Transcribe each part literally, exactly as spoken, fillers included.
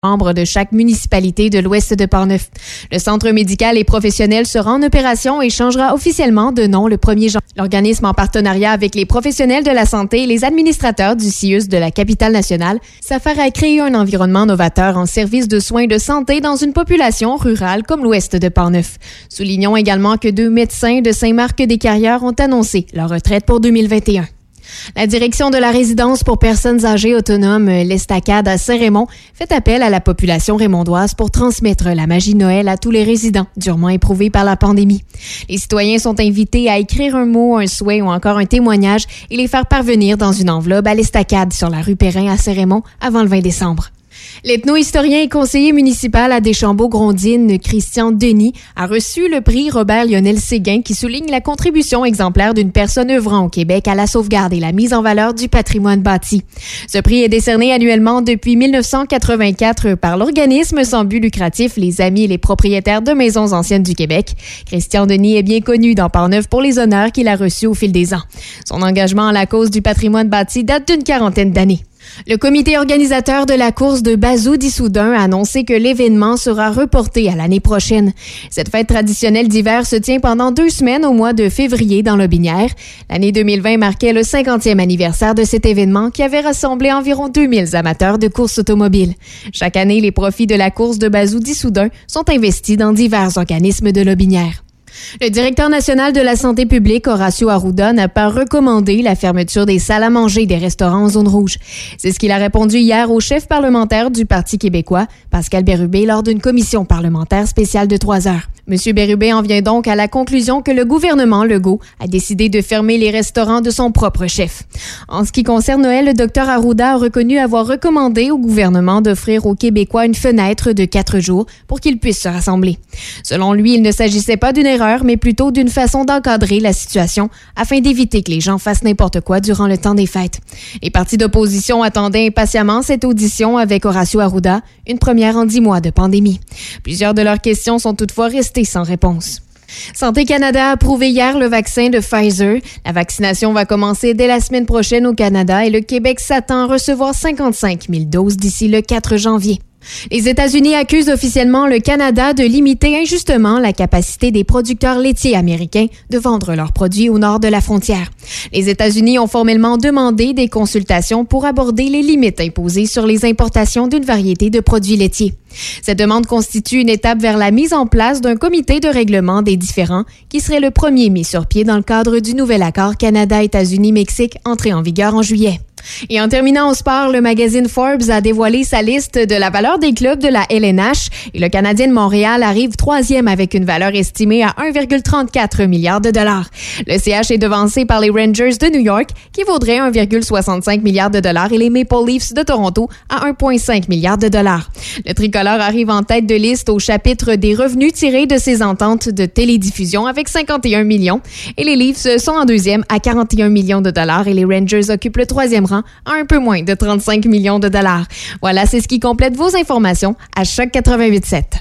membres de chaque municipalité de l'ouest de Portneuf. Le centre médical et professionnel sera en opération et changera officiellement de nom le premier janvier. L'organisme, en partenariat avec les professionnels de la santé et les administrateurs du C I U S de la capitale nationale, s'affaire à créer un environnement novateur en services de soins de santé dans une population rurale comme l'ouest de Portneuf. Soulignons également que deux médecins de Saint-Marc-des-Carrières ont annoncé leur retraite pour deux mille vingt et un. La direction de la résidence pour personnes âgées autonomes, l'Estacade à Saint-Raymond, fait appel à la population raymondoise pour transmettre la magie de Noël à tous les résidents durement éprouvés par la pandémie. Les citoyens sont invités à écrire un mot, un souhait ou encore un témoignage et les faire parvenir dans une enveloppe à l'Estacade sur la rue Perrin à Saint-Raymond avant le vingt décembre. L'ethno-historien et conseiller municipal à Deschambault-Grondines, Christian Denis, a reçu le prix Robert-Lionel Séguin qui souligne la contribution exemplaire d'une personne œuvrant au Québec à la sauvegarde et la mise en valeur du patrimoine bâti. Ce prix est décerné annuellement depuis dix-neuf cent quatre-vingt-quatre par l'organisme sans but lucratif Les Amis et les propriétaires de maisons anciennes du Québec. Christian Denis est bien connu dans Portneuf pour les honneurs qu'il a reçus au fil des ans. Son engagement à la cause du patrimoine bâti date d'une quarantaine d'années. Le comité organisateur de la course de Bazou-d'Issoudun a annoncé que l'événement sera reporté à l'année prochaine. Cette fête traditionnelle d'hiver se tient pendant deux semaines au mois de février dans l'Aubinière. L'année deux mille vingt marquait le cinquantième anniversaire de cet événement qui avait rassemblé environ deux mille amateurs de courses automobiles. Chaque année, les profits de la course de Bazou-d'Issoudun sont investis dans divers organismes de l'Aubinière. Le directeur national de la santé publique, Horacio Arruda, n'a pas recommandé la fermeture des salles à manger des restaurants en zone rouge. C'est ce qu'il a répondu hier au chef parlementaire du Parti québécois, Pascal Bérubé, lors d'une commission parlementaire spéciale de trois heures. M. Bérubé en vient donc à la conclusion que le gouvernement Legault a décidé de fermer les restaurants de son propre chef. En ce qui concerne Noël, le docteur Arruda a reconnu avoir recommandé au gouvernement d'offrir aux Québécois une fenêtre de quatre jours pour qu'ils puissent se rassembler. Selon lui, il ne s'agissait pas d'une erreur, mais plutôt d'une façon d'encadrer la situation afin d'éviter que les gens fassent n'importe quoi durant le temps des fêtes. Les partis d'opposition attendaient impatiemment cette audition avec Horacio Arruda, une première en dix mois de pandémie. Plusieurs de leurs questions sont toutefois restées sans réponse. Santé Canada a approuvé hier le vaccin de Pfizer. La vaccination va commencer dès la semaine prochaine au Canada et le Québec s'attend à recevoir cinquante-cinq mille doses d'ici le quatre janvier. Les États-Unis accusent officiellement le Canada de limiter injustement la capacité des producteurs laitiers américains de vendre leurs produits au nord de la frontière. Les États-Unis ont formellement demandé des consultations pour aborder les limites imposées sur les importations d'une variété de produits laitiers. Cette demande constitue une étape vers la mise en place d'un comité de règlement des différends qui serait le premier mis sur pied dans le cadre du nouvel accord Canada-États-Unis-Mexique entré en vigueur en juillet. Et en terminant au sport, le magazine Forbes a dévoilé sa liste de la valeur des clubs de la L N H et le Canadien de Montréal arrive troisième avec une valeur estimée à un virgule trente-quatre milliard de dollars. Le C H est devancé par les Rangers de New York qui vaudraient un virgule soixante-cinq milliard de dollars et les Maple Leafs de Toronto à un virgule cinq milliard de dollars. Le tricolore arrive en tête de liste au chapitre des revenus tirés de ses ententes de télédiffusion avec cinquante et un millions et les Leafs sont en deuxième à quarante et un millions de dollars et les Rangers occupent le troisième rang à un peu moins de trente-cinq millions de dollars. Voilà, c'est ce qui complète vos informations à Choc quatre-vingt-huit sept.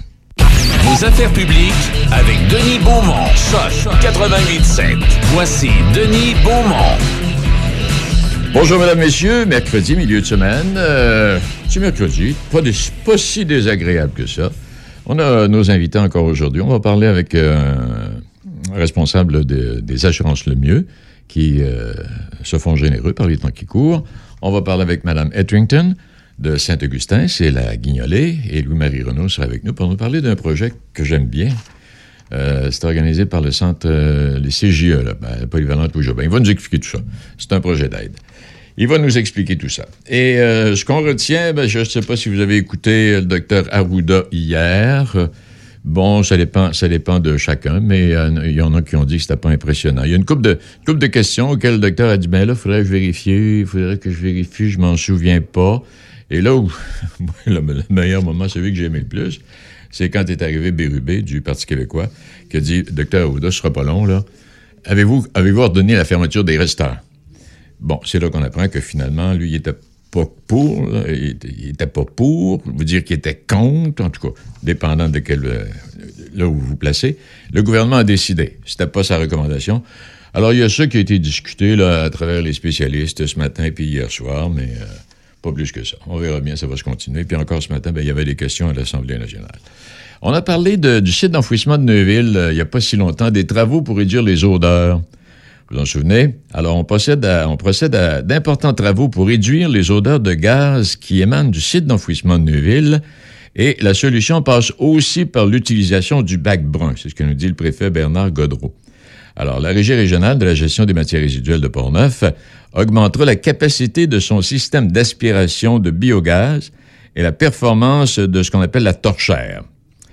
Vos affaires publiques avec Denis Beaumont. Choc quatre-vingt-huit sept. Voici Denis Beaumont. Bonjour, mesdames, messieurs. Mercredi, milieu de semaine. Euh, c'est mercredi. Pas, de, pas si désagréable que ça. On a nos invités encore aujourd'hui. On va parler avec euh, un responsable de, des assurances Le Mieux qui euh, se font généreux par les temps qui courent. On va parler avec Mme Ettrington de Saint-Augustin, c'est la Guignolée, et Louis-Marie Renaud sera avec nous pour nous parler d'un projet que j'aime bien. Euh, c'est organisé par le centre, euh, les C J E, là, ben, Polyvalente Louis Jobin. Il va nous expliquer tout ça. C'est un projet d'aide. Il va nous expliquer tout ça. Et euh, ce qu'on retient, ben, je ne sais pas si vous avez écouté le docteur Arruda hier. Bon, ça dépend, ça dépend de chacun, mais euh, il y en a qui ont dit que c'était pas impressionnant. Il y a une couple de, couple de questions auxquelles le docteur a dit, ben là, il faudrait que je vérifie, il faudrait que je vérifie, je m'en souviens pas. Et là où, le, le meilleur moment, celui que j'ai aimé le plus, c'est quand est arrivé Bérubé du Parti québécois, qui a dit, docteur Arruda, ce sera pas long, là. Avez-vous, avez-vous ordonné la fermeture des restaurants? Bon, c'est là qu'on apprend que finalement, lui, il était pas pour, là, il, il était pas pour, vous dire qu'il était contre, en tout cas, dépendant de quel, euh, là où vous vous placez. Le gouvernement a décidé, c'était pas sa recommandation. Alors, il y a ça qui a été discuté, là, à travers les spécialistes ce matin puis hier soir, mais euh, Pas plus que ça. On verra bien, ça va se continuer. Puis encore ce matin, bien, il y avait des questions à l'Assemblée nationale. On a parlé de, du site d'enfouissement de Neuville, euh, il n'y a pas si longtemps, des travaux pour réduire les odeurs. Vous vous en souvenez? Alors, on procède à, on procède à d'importants travaux pour réduire les odeurs de gaz qui émanent du site d'enfouissement de Neuville. Et la solution passe aussi par l'utilisation du bac brun. C'est ce que nous dit le préfet Bernard Godreau. Alors, la Régie régionale de la gestion des matières résiduelles de Portneuf augmentera la capacité de son système d'aspiration de biogaz et la performance de ce qu'on appelle la torchère.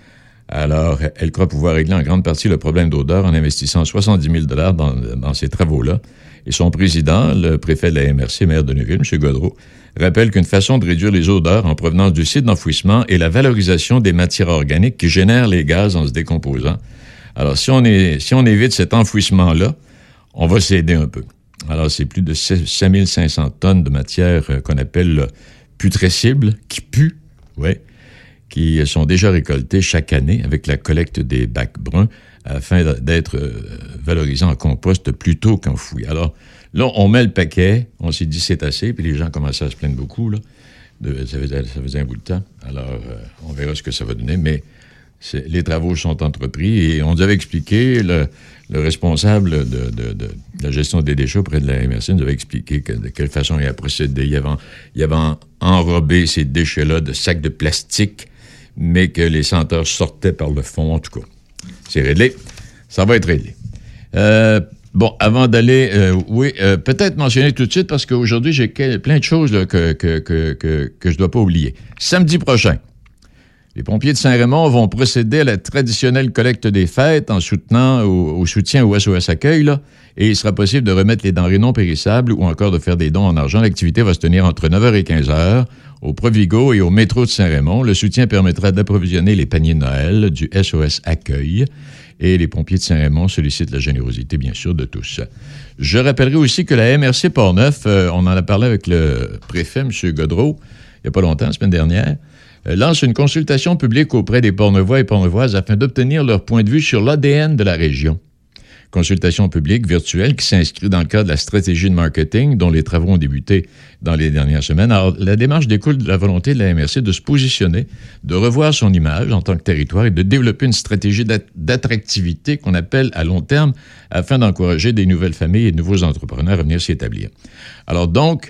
Alors, elle croit pouvoir régler en grande partie le problème d'odeur en investissant soixante-dix mille dollars dans, dans ces travaux-là. Et son président, le préfet de la M R C, maire de Neuville, M. Godreau, rappelle qu'une façon de réduire les odeurs en provenance du site d'enfouissement est la valorisation des matières organiques qui génèrent les gaz en se décomposant. Alors, si on, est, si on évite cet enfouissement-là, on va s'aider un peu. Alors, c'est plus de cinq mille cinq cents tonnes de matière euh, qu'on appelle euh, putrescibles, qui puent, ouais, qui sont déjà récoltées chaque année avec la collecte des bacs bruns afin d'être euh, valorisés en compost plutôt qu'enfouis. Alors, là, on met le paquet, on s'est dit c'est assez, puis les gens commençaient à se plaindre beaucoup, là. De, ça, faisait, ça faisait un bout de temps. Alors, euh, on verra ce que ça va donner, mais c'est, les travaux sont entrepris et on nous avait expliqué, le, le responsable de, de, de, de la gestion des déchets auprès de la M R C nous avait expliqué que, de quelle façon il a procédé. Il avait, il avait enrobé ces déchets-là de sacs de plastique, mais que les senteurs sortaient par le fond, en tout cas. C'est réglé. Ça va être réglé. Euh, bon, avant d'aller, euh, oui, euh, peut-être mentionner tout de suite, parce qu'aujourd'hui, j'ai plein de choses là, que, que, que, que, que je ne dois pas oublier. Samedi prochain, les pompiers de Saint-Raymond vont procéder à la traditionnelle collecte des fêtes en soutenant au, au soutien au S O S Accueil, là, et il sera possible de remettre les denrées non périssables ou encore de faire des dons en argent. L'activité va se tenir entre neuf heures et quinze heures au Provigo et au métro de Saint-Raymond. Le soutien permettra d'approvisionner les paniers de Noël du S O S Accueil et les pompiers de Saint-Raymond sollicitent la générosité, bien sûr, de tous. Je rappellerai aussi que la M R C Portneuf, euh, on en a parlé avec le préfet, M. Godreau, il n'y a pas longtemps, la semaine dernière, euh, lance une consultation publique auprès des Portneuvois et Portneuvoises afin d'obtenir leur point de vue sur l'A D N de la région. Consultation publique virtuelle qui s'inscrit dans le cadre de la stratégie de marketing dont les travaux ont débuté dans les dernières semaines. Alors, la démarche découle de la volonté de la M R C de se positionner, de revoir son image en tant que territoire et de développer une stratégie d'attractivité qu'on appelle à long terme afin d'encourager des nouvelles familles et de nouveaux entrepreneurs à venir s'y établir. Alors donc,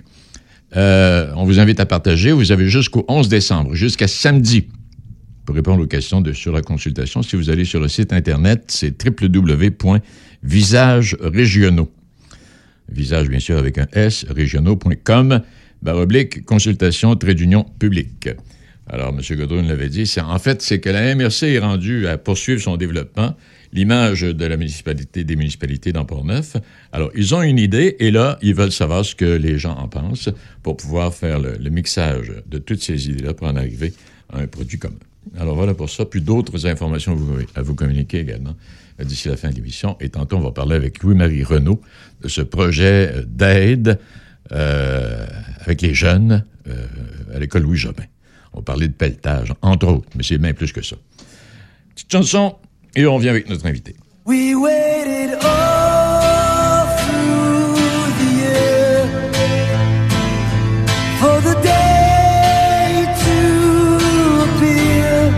euh, on vous invite à partager. Vous avez jusqu'au onze décembre, jusqu'à samedi, pour répondre aux questions de, sur la consultation. Si vous allez sur le site Internet, c'est w w w point visages régionaux. Visage, bien sûr, avec un S, régionaux point com, barre oblique, consultation, trait d'union publique. Alors, M. Godreau nous l'avait dit, c'est, en fait, c'est que la M R C est rendue à poursuivre son développement, l'image de la municipalité, des municipalités dans Portneuf. Alors, ils ont une idée, et là, ils veulent savoir ce que les gens en pensent pour pouvoir faire le, le mixage de toutes ces idées-là pour en arriver à un produit commun. Alors, voilà pour ça, puis d'autres informations à vous, à vous communiquer également d'ici la fin de l'émission. Et tantôt, on va parler avec Louis-Marie Renaud de ce projet d'aide euh, avec les jeunes euh, à l'école Louis-Jobin. On va parler de pelletage, entre autres, mais c'est bien plus que ça. Petite chanson, et on vient avec notre invité. We waited all through the year for the day to appear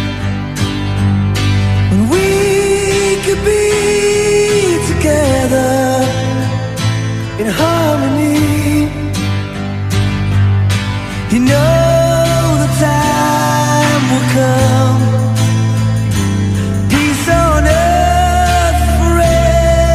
when we could be together in harmony. You know the time will come. Peace on earth forever.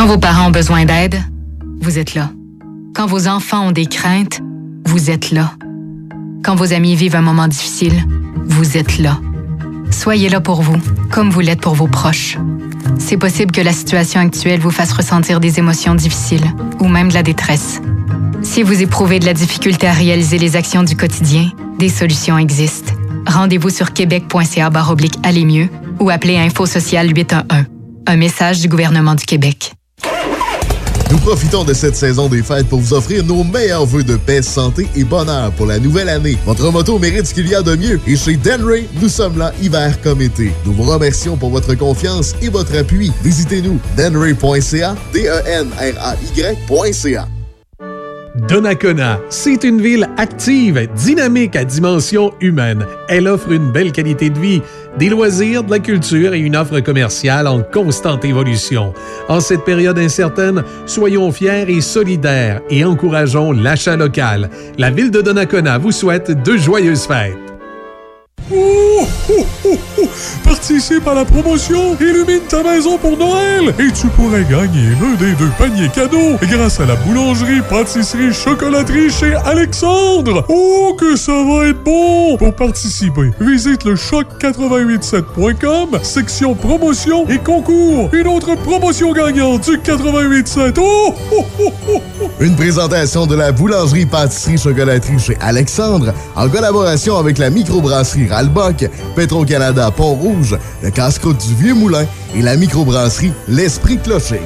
Quand vos parents ont besoin d'aide, vous êtes là. Quand vos enfants ont des craintes, vous êtes là. Quand vos amis vivent un moment difficile, vous êtes là. Soyez là pour vous, comme vous l'êtes pour vos proches. C'est possible que la situation actuelle vous fasse ressentir des émotions difficiles ou même de la détresse. Si vous éprouvez de la difficulté à réaliser les actions du quotidien, des solutions existent. Rendez-vous sur québec.ca barre oblique aller mieux ou appelez Info Social huit un un. Un message du gouvernement du Québec. Nous profitons de cette saison des fêtes pour vous offrir nos meilleurs vœux de paix, santé et bonheur pour la nouvelle année. Votre moto mérite ce qu'il y a de mieux et chez Denray, nous sommes là hiver comme été. Nous vous remercions pour votre confiance et votre appui. Visitez-nous denray point c a, D E N R A Y point C A. Donnacona, c'est une ville active, dynamique à dimension humaine. Elle offre une belle qualité de vie, des loisirs, de la culture et une offre commerciale en constante évolution. En cette période incertaine, soyons fiers et solidaires et encourageons l'achat local. La ville de Donnacona vous souhaite de joyeuses fêtes. Oh, oh, oh, oh. Participe à la promotion Illumine ta maison pour Noël et tu pourrais gagner l'un des deux paniers cadeaux grâce à la boulangerie, pâtisserie, chocolaterie chez Alexandre. Oh, que ça va être bon! Pour participer, visite le choc huit sept point com, section promotion et concours. Une autre promotion gagnante du huit sept. Oh, oh, oh, oh, oh. Une présentation de la boulangerie, pâtisserie, chocolaterie chez Alexandre en collaboration avec la microbrasserie Ralbock, Petro-Canada Pont-Rouge, le casse-croûte du Vieux-Moulin et la microbrasserie L'Esprit Clocher.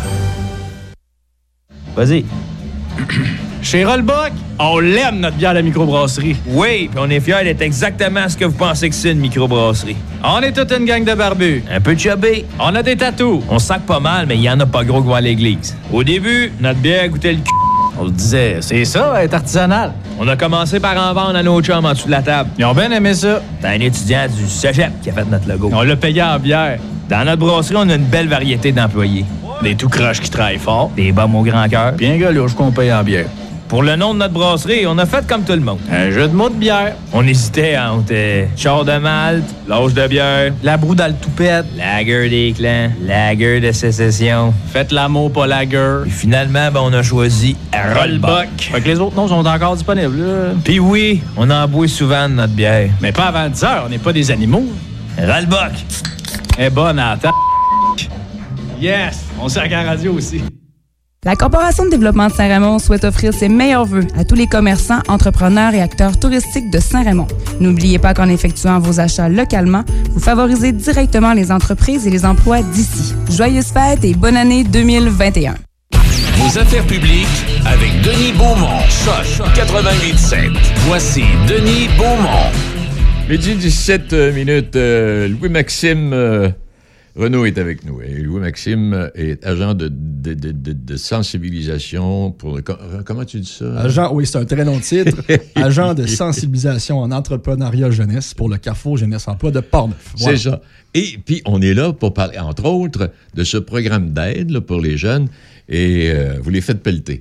Vas-y. Chez Rollbuck, on l'aime notre bière à la microbrasserie. Oui, puis on est fiers d'être exactement ce que vous pensez que c'est une microbrasserie. On est toute une gang de barbus. Un peu chubby. On a des tatous. On sac pas mal, mais il y en a pas gros qui vont à l'église. Au début, notre bière goûtait le c***. On se disait, c'est ça, être artisanal. On a commencé par en vendre à nos chums en dessous de la table. Ils ont bien aimé ça. C'est un étudiant du cégep qui a fait notre logo. On l'a payé en bière. Dans notre brasserie, on a une belle variété d'employés. Des tout croches qui travaillent fort. Des bombes au grand cœur. Puis un gars louche qu'on paye en bière. Pour le nom de notre brasserie, on a fait comme tout le monde. Un jeu de mots de bière. On hésitait entre euh, char de malte, l'âge de bière, la broue dans le toupette, lager des clans, lager de sécession. Faites l'amour, pas lager. Et finalement, ben, on a choisi Rollbuck. Fait que les autres noms sont encore disponibles. Là. Puis oui, on en boit souvent de notre bière. Mais pas avant dix heures, on n'est pas des animaux. Rollbuck. Eh bonne à ta... Yes! On sert à la radio aussi. La Corporation de développement de Saint-Raymond souhaite offrir ses meilleurs vœux à tous les commerçants, entrepreneurs et acteurs touristiques de Saint-Raymond. N'oubliez pas qu'en effectuant vos achats localement, vous favorisez directement les entreprises et les emplois d'ici. Joyeuses fêtes et bonne année deux mille vingt et un. Vos affaires publiques avec Denis Beaumont. Choc quatre-vingt-huit sept. Voici Denis Beaumont. Midi dix-sept minutes. Euh, Louis-Maxime... Euh Renaud est avec nous. Et Louis-Maxime est agent de, de, de, de, de sensibilisation pour le... Comment tu dis ça? Agent, oui, c'est un très long titre. Agent de sensibilisation en entrepreneuriat jeunesse pour le Carrefour Jeunesse Emploi de Portneuf. Voilà. C'est ça. Et puis, on est là pour parler, entre autres, de ce programme d'aide là, pour les jeunes. Et euh, vous les faites pelleter.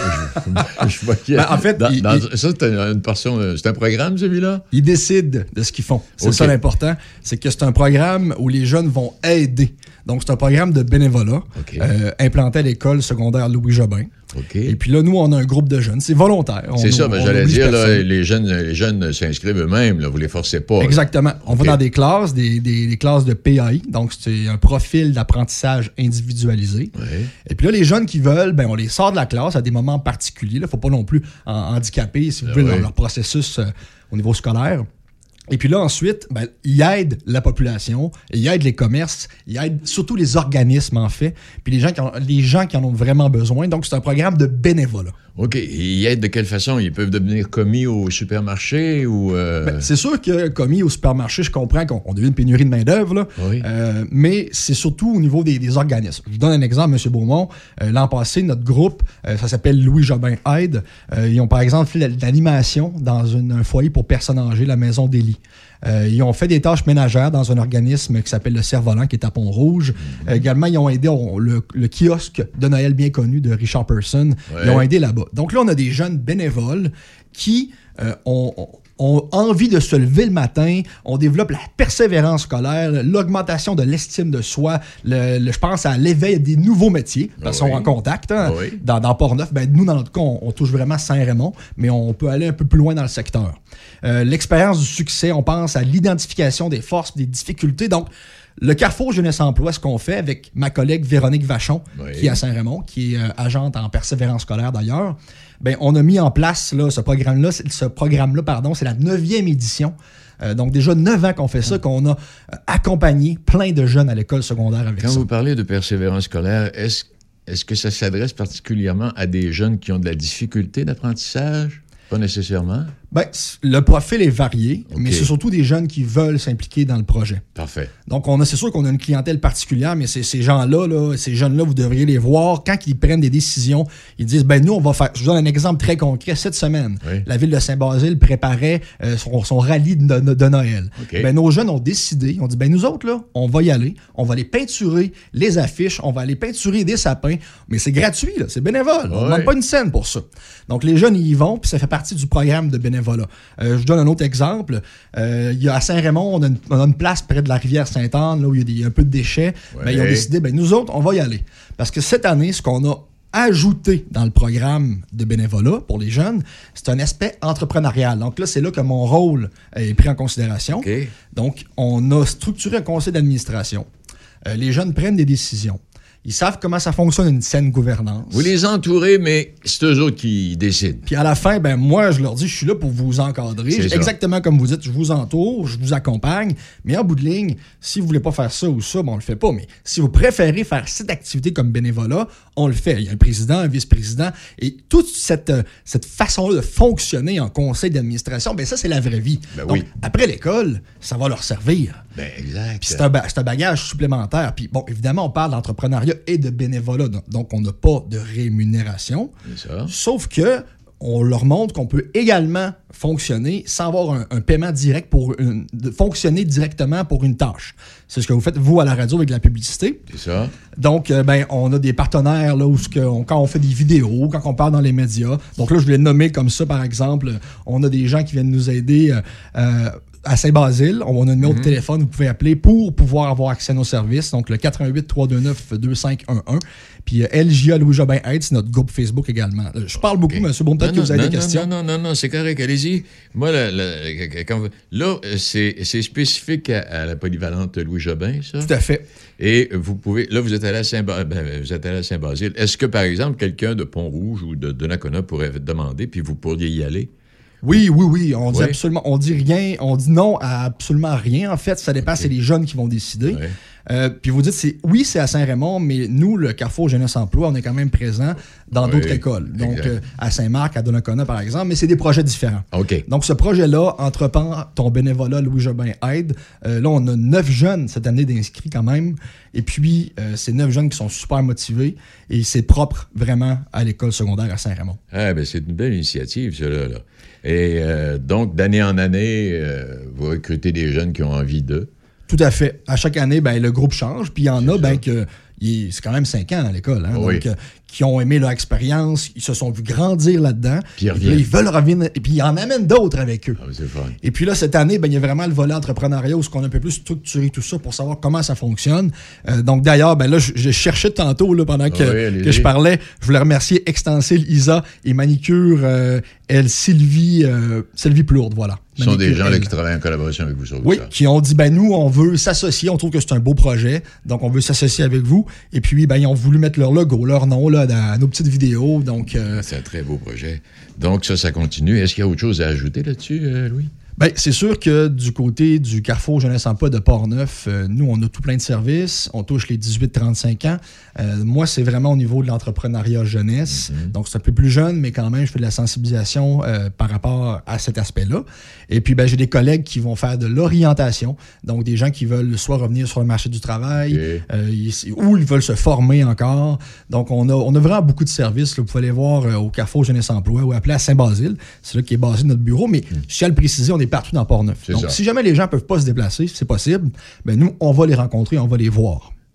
je, je vois qu'il y a, ben, en fait, dans, il, dans, il, ça, c'est une portion, c'est un programme, celui-là? Ils décident de ce qu'ils font. C'est okay. ça l'important. C'est que c'est un programme où les jeunes vont aider. Donc, c'est un programme de bénévolat okay. euh, implanté à l'école secondaire Louis-Jobin. Okay. Et puis là, nous, on a un groupe de jeunes. C'est volontaire. On, c'est ça, on, mais on j'allais dire, là, personne. les jeunes les jeunes s'inscrivent eux-mêmes, là, vous les forcez pas. Exactement. Là. On okay. va dans des classes, des, des, des classes de P A I, donc c'est un profil d'apprentissage individualisé. Ouais. Et puis là, les jeunes qui veulent, ben on les sort de la classe à des moments particuliers. Il ne faut pas non plus en, handicaper, si vous voulez, ouais. leur, leur processus euh, au niveau scolaire. Et puis là, ensuite, ben, ils aident la population, ils aident les commerces, ils aident surtout les organismes, en fait, puis les gens qui en, les gens qui en ont vraiment besoin. Donc, c'est un programme de bénévolat. OK. Et ils aident de quelle façon? Ils peuvent devenir commis au supermarché ou... Euh... Ben, c'est sûr que commis au supermarché, je comprends qu'on on a eu une pénurie de main-d'œuvre, là, oui. euh, mais c'est surtout au niveau des, des organismes. Je vous donne un exemple, M. Beaumont. Euh, l'an passé, notre groupe, euh, ça s'appelle Louis Jobin Aide. Euh, ils ont, par exemple, fait de l'animation dans une, un foyer pour personnes âgées, la Maison des Lits. Euh, ils ont fait des tâches ménagères dans un organisme qui s'appelle le Cerf-Volant, qui est à Pont-Rouge. Mm-hmm. Euh, également, ils ont aidé on, le, le kiosque de Noël bien connu de Richard Person. Ouais. Ils ont aidé là-bas. Donc là, on a des jeunes bénévoles qui euh, ont, ont ont envie de se lever le matin, on développe la persévérance scolaire, l'augmentation de l'estime de soi, le, le, je pense à l'éveil des nouveaux métiers, parce oui. qu'on est en contact. Hein, oui. Dans, dans Port-Neuf, ben, nous, dans notre cas, on, on touche vraiment Saint-Raymond, mais on peut aller un peu plus loin dans le secteur. Euh, l'expérience du succès, on pense à l'identification des forces, des difficultés. Donc, le Carrefour Jeunesse-Emploi, ce qu'on fait avec ma collègue Véronique Vachon, oui. qui est à Saint-Raymond, qui est euh, agente en persévérance scolaire d'ailleurs, ben, on a mis en place là, ce programme-là, ce programme-là, pardon, c'est la neuvième édition. Euh, donc déjà neuf ans qu'on fait ça, qu'on a euh, accompagné plein de jeunes à l'école secondaire avec Quand ça. Quand vous parlez de persévérance scolaire, est-ce, est-ce que ça s'adresse particulièrement à des jeunes qui ont de la difficulté d'apprentissage? Pas nécessairement. Ben, le profil est varié, okay. mais c'est surtout des jeunes qui veulent s'impliquer dans le projet. Parfait. Donc, on a, c'est sûr qu'on a une clientèle particulière, mais c'est, ces gens-là, là, ces jeunes-là, vous devriez les voir quand ils prennent des décisions. Ils disent, ben nous, on va faire... Je vous donne un exemple très concret. Cette semaine, oui. la ville de Saint-Basile préparait euh, son, son rallye de, de, de Noël. Okay. Ben, nos jeunes ont décidé, ils ont dit, ben nous autres, là, on va y aller, on va aller peinturer les affiches, on va aller peinturer des sapins, mais c'est gratuit, là, c'est bénévole. Oui. On ne demande pas une scène pour ça. Donc, les jeunes, ils y vont, puis ça fait partie du programme de bénévolat. Euh, je vous donne un autre exemple. Euh, il y a à Saint-Raymond, on a, une, on a une place près de la rivière Sainte-Anne, là où il y a, des, il y a un peu de déchets. Ouais. Ben, ils ont décidé, ben, nous autres, on va y aller. Parce que cette année, ce qu'on a ajouté dans le programme de bénévolat pour les jeunes, c'est un aspect entrepreneurial. Donc là, c'est là que mon rôle est pris en considération. Okay. Donc, on a structuré un conseil d'administration. Euh, les jeunes prennent des décisions. Ils savent comment ça fonctionne une saine gouvernance. Vous les entourez, mais c'est eux autres qui décident. Puis à la fin, ben moi, je leur dis, je suis là pour vous encadrer. C'est exactement comme vous dites, je vous entoure, je vous accompagne. Mais en bout de ligne, si vous voulez pas faire ça ou ça, ben on le fait pas. Mais si vous préférez faire cette activité comme bénévolat, on le fait. Il y a un président, un vice-président. Et toute cette, cette façon-là de fonctionner en conseil d'administration, ben ça, c'est la vraie vie. Ben Donc, oui. après l'école, ça va leur servir. Ben exact. Puis c'est un, c'est un bagage supplémentaire. Puis bon, évidemment, on parle d'entrepreneuriat et de bénévolat. Donc, on n'a pas de rémunération. C'est ça. Sauf que on leur montre qu'on peut également fonctionner sans avoir un, un paiement direct pour une, de fonctionner directement pour une tâche. C'est ce que vous faites, vous, à la radio avec la publicité. C'est ça. Donc, euh, ben, on a des partenaires là, où ce que on, quand on fait des vidéos, quand on parle dans les médias. Donc là, je voulais nommer comme ça, par exemple, on a des gens qui viennent nous aider euh, euh, à Saint-Basile. On a un numéro mm-hmm. de téléphone, vous pouvez appeler pour pouvoir avoir accès à nos services. Donc, le quatre un huit, trois deux neuf, deux cinq un un. Puis L J A Louis Jobin Aide, c'est notre groupe Facebook également. Je parle beaucoup, okay. M. Bon, peut-être non, que vous avez non, des non, questions. Non, non, non, non, c'est correct, allez-y. Moi, là, là, quand, là c'est, c'est spécifique à, à la polyvalente Louis Jobin, ça? Tout à fait. Et vous pouvez, là, vous êtes allé à Saint-Basile. Ben, vous êtes allé à Saint-Basile. Est-ce que, par exemple, quelqu'un de Pont-Rouge ou de Donnacona pourrait demander, puis vous pourriez y aller? Oui, oui, oui. On dit oui. absolument, on dit rien, on dit non à absolument rien. En fait, ça dépend, okay. c'est les jeunes qui vont décider. Oui. Euh, puis vous dites, c'est, oui, c'est à Saint-Raymond, mais nous, le Carrefour Jeunesse-Emploi, on est quand même présent dans oui, d'autres écoles. Donc, euh, à Saint-Marc, à Donnacona, par exemple, mais c'est des projets différents. Okay. Donc, ce projet-là, Entreprends ton bénévolat Louis Jobin Aide, euh, là, on a neuf jeunes cette année d'inscrits quand même. Et puis, euh, c'est neuf jeunes qui sont super motivés et c'est propre vraiment à l'école secondaire à Saint-Raymond. Ah, ben c'est une belle initiative, ça, là. là. Et euh, donc, d'année en année, euh, vous recrutez des jeunes qui ont envie d'eux. Tout à fait. À chaque année, ben, le groupe change. Puis il y en a ben, que il, c'est quand même cinq ans à l'école. Hein, oui. Donc, euh, qui ont aimé leur expérience, ils se sont vus grandir là-dedans. Puis ils, et puis là, ils veulent revenir. Et puis ils en amènent d'autres avec eux. Ah, c'est fun. Et puis là, cette année, ben, il y a vraiment le volet entrepreneuriat où on a un peu plus structuré tout ça pour savoir comment ça fonctionne. Euh, donc d'ailleurs, ben là, je, je cherchais tantôt là, pendant que, ah oui, que je parlais. Je voulais remercier Extensil Isa et Manicure euh, elle Sylvie euh, Sylvie Plourde, voilà. Ce sont des gens là, qui travaillent en collaboration avec vous sur Oui, ça. Qui ont dit, ben nous, on veut s'associer, on trouve que c'est un beau projet, donc on veut s'associer avec vous. Et puis, ben ils ont voulu mettre leur logo, leur nom là, dans nos petites vidéos. Donc, euh... c'est un très beau projet. Donc ça, ça continue. Est-ce qu'il y a autre chose à ajouter là-dessus, euh, Louis? Bien, c'est sûr que du côté du Carrefour Jeunesse-Emploi de Port-Neuf, euh, nous, on a tout plein de services. On touche les dix-huit trente-cinq ans. Euh, moi, c'est vraiment au niveau de l'entrepreneuriat jeunesse. Mm-hmm. Donc, c'est un peu plus jeune, mais quand même, je fais de la sensibilisation euh, par rapport à cet aspect-là. Et puis, ben, j'ai des collègues qui vont faire de l'orientation. Donc, des gens qui veulent soit revenir sur le marché du travail, okay. euh, ils, ou ils veulent se former encore. Donc, on a, on a vraiment beaucoup de services. Là. Vous pouvez aller voir euh, au Carrefour Jeunesse-Emploi ou appeler à Saint-Basile. C'est là qui est basé notre bureau. Mais mm. je tiens à le préciser, on est partout dans Port-Neuf. Donc, ça. Si jamais les gens ne peuvent pas se déplacer, c'est possible, ben nous, on va les rencontrer, on va les voir.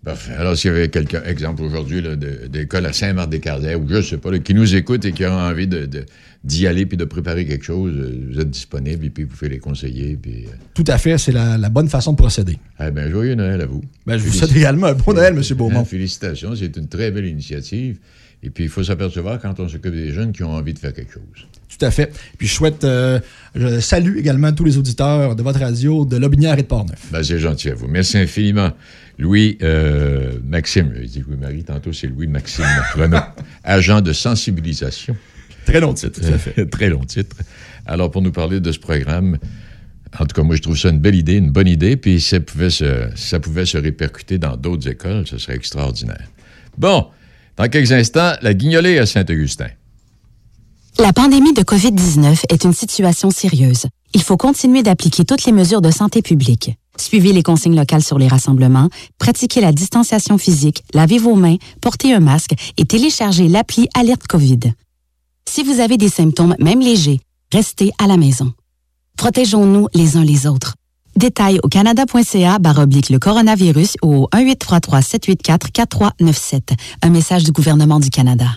Parfait. Alors, s'il y avait quelqu'un, exemple aujourd'hui, là, de, d'école à Saint-Marc-des-Carrières, ou je ne sais pas, là, qui nous écoute et qui a envie de, de, d'y aller puis de préparer quelque chose, vous êtes disponible et puis vous pouvez les conseiller. Puis, euh... Tout à fait, c'est la, la bonne façon de procéder. Eh bien, joyeux Noël à vous. Ben, je vous souhaite également un bon Noël, M. Beaumont. Hein, félicitations, c'est une très belle initiative. Et puis, il faut s'apercevoir quand on s'occupe des jeunes qui ont envie de faire quelque chose. Tout à fait. Puis je souhaite, euh, je salue également tous les auditeurs de votre radio de Lobinière et de Portneuf. Ben, c'est gentil à vous. Merci infiniment. Louis euh, Maxime, il dit Louis-Marie, tantôt c'est Louis Maxime Renaud, agent de sensibilisation. Très long titre, tout à fait. Très long titre. Alors, pour nous parler de ce programme, en tout cas, moi, je trouve ça une belle idée, une bonne idée, puis ça pouvait se, ça pouvait se répercuter dans d'autres écoles, ce serait extraordinaire. Bon, dans quelques instants, la guignolée à Saint-Augustin. La pandémie de covid dix-neuf est une situation sérieuse. Il faut continuer d'appliquer toutes les mesures de santé publique. Suivez les consignes locales sur les rassemblements, pratiquez la distanciation physique, lavez vos mains, portez un masque et téléchargez l'appli Alerte COVID. Si vous avez des symptômes, même légers, restez à la maison. Protégeons-nous les uns les autres. Détails au canada.ca barre oblique le coronavirus ou au un huit trois trois sept huit quatre quatre trois neuf sept. Un message du gouvernement du Canada.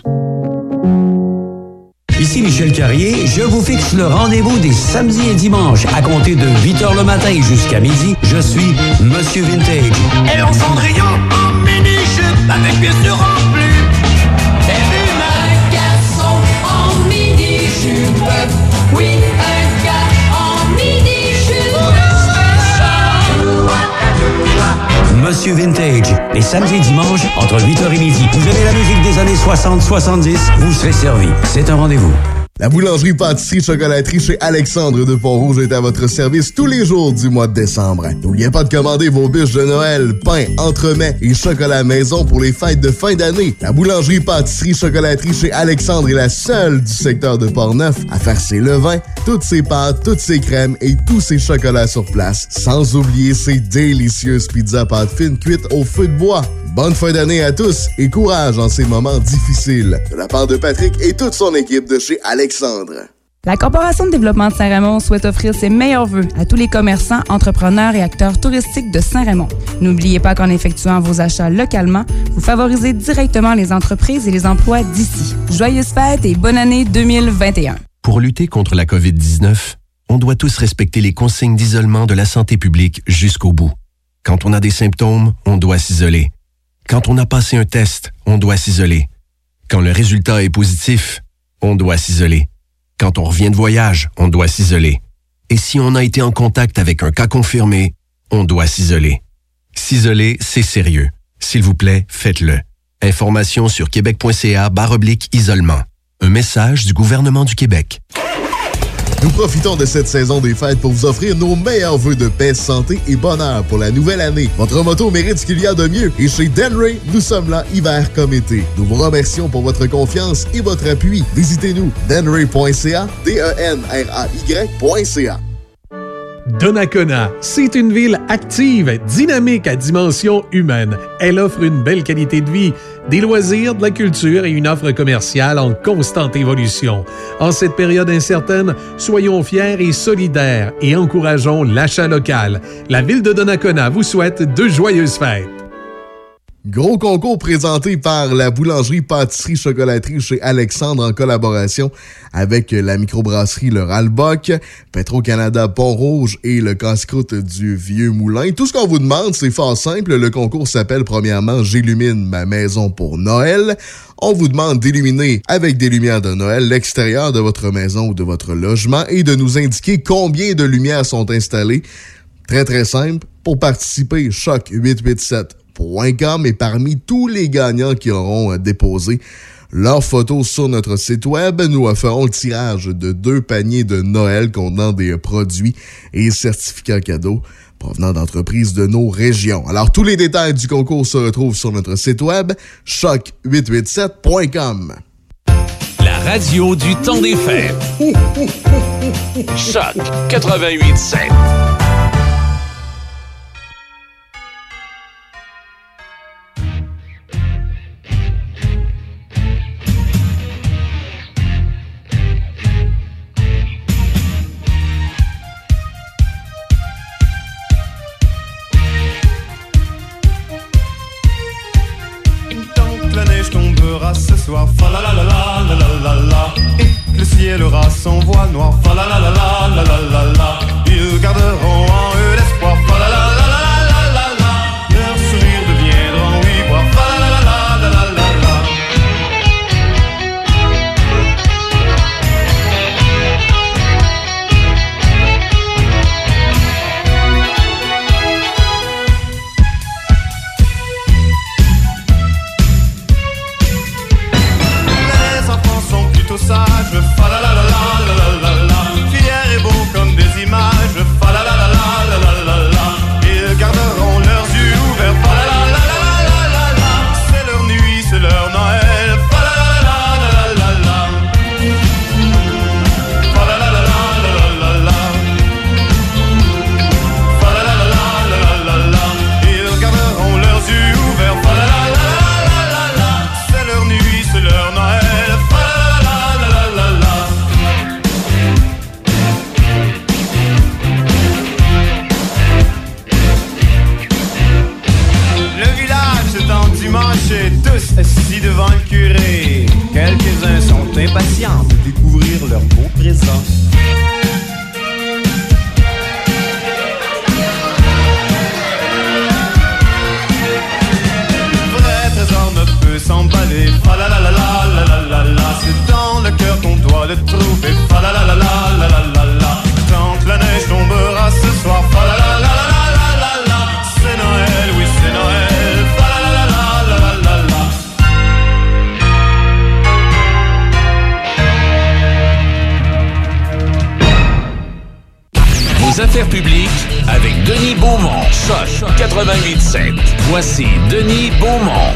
Ici Michel Carrier, je vous fixe le rendez-vous des samedis et dimanches à compter de huit heures le matin jusqu'à midi. Je suis Monsieur Vintage. Et en Cendrillon, en mini-jupe, avec bien sûr en plus. T'as vu un garçon en mini-jupe? Oui, un gars en mini-jupe. Monsieur Vintage, les samedis et dimanches, entre huit heures et midi. Vous aimez la musique des années soixante soixante-dix? Vous serez servi. C'est un rendez-vous. La boulangerie pâtisserie chocolaterie chez Alexandre de Pont-Rouge est à votre service tous les jours du mois de décembre. N'oubliez pas de commander vos bûches de Noël, pain, entremets et chocolat maison pour les fêtes de fin d'année. La boulangerie pâtisserie chocolaterie chez Alexandre est la seule du secteur de Portneuf à faire ses levains, toutes ses pâtes, toutes ses crèmes et tous ses chocolats sur place. Sans oublier ses délicieuses pizzas pâtes fines cuites au feu de bois. Bonne fin d'année à tous et courage en ces moments difficiles. De la part de Patrick et toute son équipe de chez Alexandre. La Corporation de développement de Saint-Raymond souhaite offrir ses meilleurs vœux à tous les commerçants, entrepreneurs et acteurs touristiques de Saint-Raymond. N'oubliez pas qu'en effectuant vos achats localement, vous favorisez directement les entreprises et les emplois d'ici. Joyeuses fêtes et bonne année deux mille vingt et un. Pour lutter contre la covid dix-neuf, on doit tous respecter les consignes d'isolement de la santé publique jusqu'au bout. Quand on a des symptômes, on doit s'isoler. Quand on a passé un test, on doit s'isoler. Quand le résultat est positif, on doit s'isoler. Quand on revient de voyage, on doit s'isoler. Et si on a été en contact avec un cas confirmé, on doit s'isoler. S'isoler, c'est sérieux. S'il vous plaît, faites-le. Information sur québec.ca barre oblique isolement. Un message du gouvernement du Québec. Nous profitons de cette saison des fêtes pour vous offrir nos meilleurs vœux de paix, santé et bonheur pour la nouvelle année. Votre moto mérite ce qu'il y a de mieux et chez Denray, nous sommes là hiver comme été. Nous vous remercions pour votre confiance et votre appui. Visitez-nous denray point c a, D E N R A Y point C A. Donnacona, c'est une ville active, dynamique à dimension humaine. Elle offre une belle qualité de vie, des loisirs, de la culture et une offre commerciale en constante évolution. En cette période incertaine, soyons fiers et solidaires et encourageons l'achat local. La ville de Donnacona vous souhaite de joyeuses fêtes. Gros concours présenté par la boulangerie-pâtisserie chocolaterie chez Alexandre en collaboration avec la microbrasserie Le Ralbock, Petro-Canada Pont-Rouge et le casse-croûte du Vieux Moulin. Tout ce qu'on vous demande, c'est fort simple. Le concours s'appelle premièrement « J'illumine ma maison pour Noël ». On vous demande d'illuminer avec des lumières de Noël l'extérieur de votre maison ou de votre logement et de nous indiquer combien de lumières sont installées. Très, très simple. Pour participer, choc huit huit sept point com et parmi tous les gagnants qui auront déposé leurs photos sur notre site web, nous ferons le tirage de deux paniers de Noël contenant des produits et certificats cadeaux provenant d'entreprises de nos régions. Alors, tous les détails du concours se retrouvent sur notre site web, choc huit huit sept point com. La radio du temps des fêtes. Choc quatre-vingt-huit sept. tombera ce soir, fa la la la la la la la la, et que le ciel aura son voile noir, fa la la la la la la la la. Ils garderont en eux l'espoir, fa la la la la la la la. Leurs sourires deviendront ivoire, fa la la la la la la la. Les enfants sont plutôt sages, fa la la la la la la la. Fiers et beaux comme des images, fa la la la la la la la la. Ils garderont leurs yeux ouverts, fa la la la la la la la. C'est leur nuit, c'est leur Noël, fa la la la la la la la. Fa la la la la la la la. Fa la la la la la la la. Ils garderont leurs yeux ouverts, fa la la la la la la. C'est leur nuit, c'est leur Noël, fa la la la la la la. Le village s'est endimanché, tous assis devant le curé. Quelques-uns sont impatients de découvrir leur beau présent. Vrai trésor ne peut s'emballer, fa la la la la la la la la. C'est dans le cœur qu'on doit le trouver, fa la la la la la la la la. Quand la neige tombera ce soir, fa la la la la la la la. C'est Noël, oui c'est Noël, fa la la la la la la la. Vos affaires publiques avec Denis Beaumont. Choc quatre-vingt-huit sept. Voici Denis Beaumont.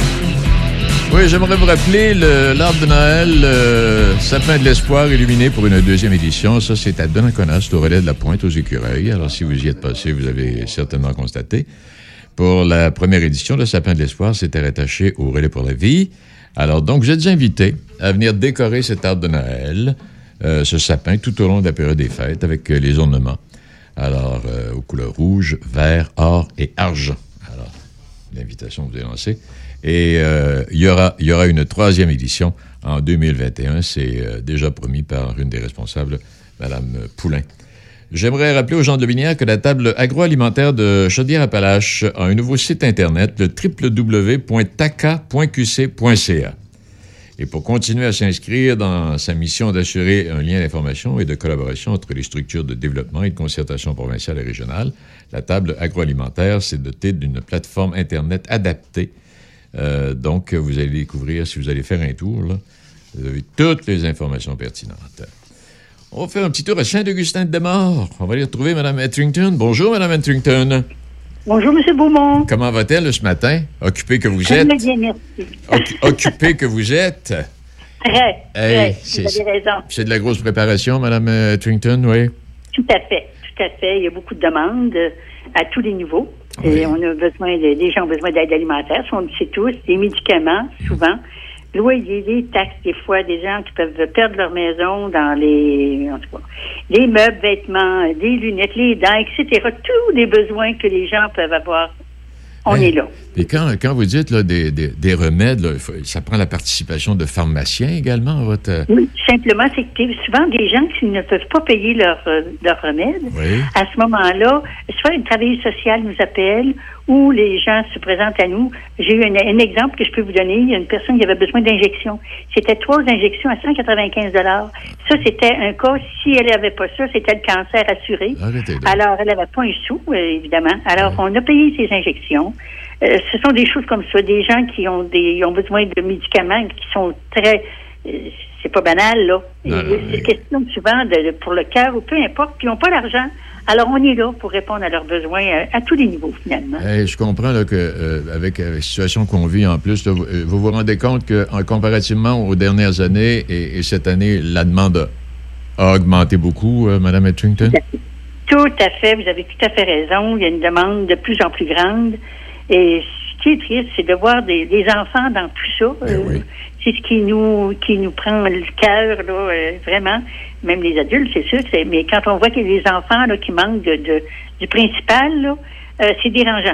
Oui, j'aimerais vous rappeler le- l'arbre de Noël, euh, sapin de l'espoir illuminé pour une deuxième édition. Ça, c'est à Donnacona, c'est au relais de la Pointe, aux Écureuils. Alors, si vous y êtes passé, vous avez certainement constaté. Pour la première édition, le sapin de l'espoir s'était rattaché au relais pour la vie. Alors, donc, vous êtes invités à venir décorer cet arbre de Noël, euh, ce sapin, tout au long de la période des fêtes, avec euh, les ornements. Alors, euh, aux couleurs rouge, vert, or et argent. Alors, l'invitation vous est lancée. Et euh, il y aura, il y aura une troisième édition en deux mille vingt et un. C'est euh, déjà promis par une des responsables, Mme Poulain. J'aimerais rappeler aux gens de Lobinière que la table agroalimentaire de Chaudière-Appalaches a un nouveau site Internet, le w w w point taca point q c point c a. Et pour continuer à s'inscrire dans sa mission d'assurer un lien d'information et de collaboration entre les structures de développement et de concertation provinciale et régionale, la table agroalimentaire s'est dotée d'une plateforme Internet adaptée. Euh, donc, vous allez découvrir, si vous allez faire un tour, là, vous avez toutes les informations pertinentes. On va faire un petit tour à Saint-Augustin-de-Desmaures. On va aller retrouver Mme Ettrington. Bonjour, Mme Ettrington. Bonjour, M. Beaumont. Comment va-t-elle ce matin? Occupé que vous Très êtes? bien, merci. Occu- Occupé que vous êtes? Très, Hey, très, c'est- vous avez raison. C'est de la grosse préparation, Mme Ettrington, oui? Tout à fait, tout à fait. Il y a beaucoup de demandes euh, à tous les niveaux. Et on a besoin, de, les gens ont besoin d'aide alimentaire, on le sait tous, des médicaments, souvent. Loyer, les taxes, des fois, des gens qui peuvent perdre leur maison dans les, en tout cas, les meubles, vêtements, les lunettes, les dents, et cetera. Tous les besoins que les gens peuvent avoir. On Hey, est là. Et quand, quand vous dites là, des, des, des remèdes, là, il faut- ça prend la participation de pharmaciens également, votre... Oui, simplement, c'est que souvent des gens qui ne peuvent pas payer leur, euh, leur remède, Oui. à ce moment-là, soit une travailleuse sociale nous appelle ou les gens se présentent à nous. J'ai eu un, un exemple que je peux vous donner. Il y a une personne qui avait besoin d'injections. C'était trois injections à cent quatre-vingt-quinze dollars. Ça, c'était un cas, si elle n'avait pas ça, c'était le cancer assuré. Arrêtez donc. Alors, elle n'avait pas un sou, euh, évidemment. Alors, on a payé ces injections. Euh, ce sont des choses comme ça. Des gens qui ont des ils ont besoin de médicaments qui sont très... euh, c'est pas banal, là. Non, Et non, c'est question souvent de, pour le cœur ou peu importe. Puis ils n'ont pas l'argent. Alors, on est là pour répondre à leurs besoins euh, à tous les niveaux, finalement. Hey, je comprends là, que euh, avec euh, la situation qu'on vit en plus, là, vous, euh, vous vous rendez compte que en comparativement aux dernières années et, et cette année, la demande a, a augmenté beaucoup, euh, Mme Ettrington? Tout à fait. Vous avez tout à fait raison. Il y a une demande de plus en plus grande. Et ce qui est triste, c'est de voir des, des enfants dans tout ça. Euh, c'est ce qui nous qui nous prend le cœur, là, euh, vraiment. Même les adultes, c'est sûr. que c'est- Mais quand on voit qu'il y a des enfants là, qui manquent de, de- du principal, là, euh, c'est dérangeant.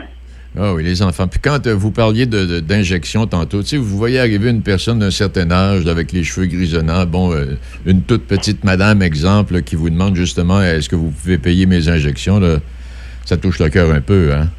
Ah oui, les enfants. Puis quand euh, vous parliez de, de, d'injection tantôt, tu sais, vous voyez arriver une personne d'un certain âge avec les cheveux grisonnants, bon, euh, une toute petite madame, exemple, là, qui vous demande justement, est-ce que vous pouvez payer mes injections, là? Ça touche le cœur un peu, hein?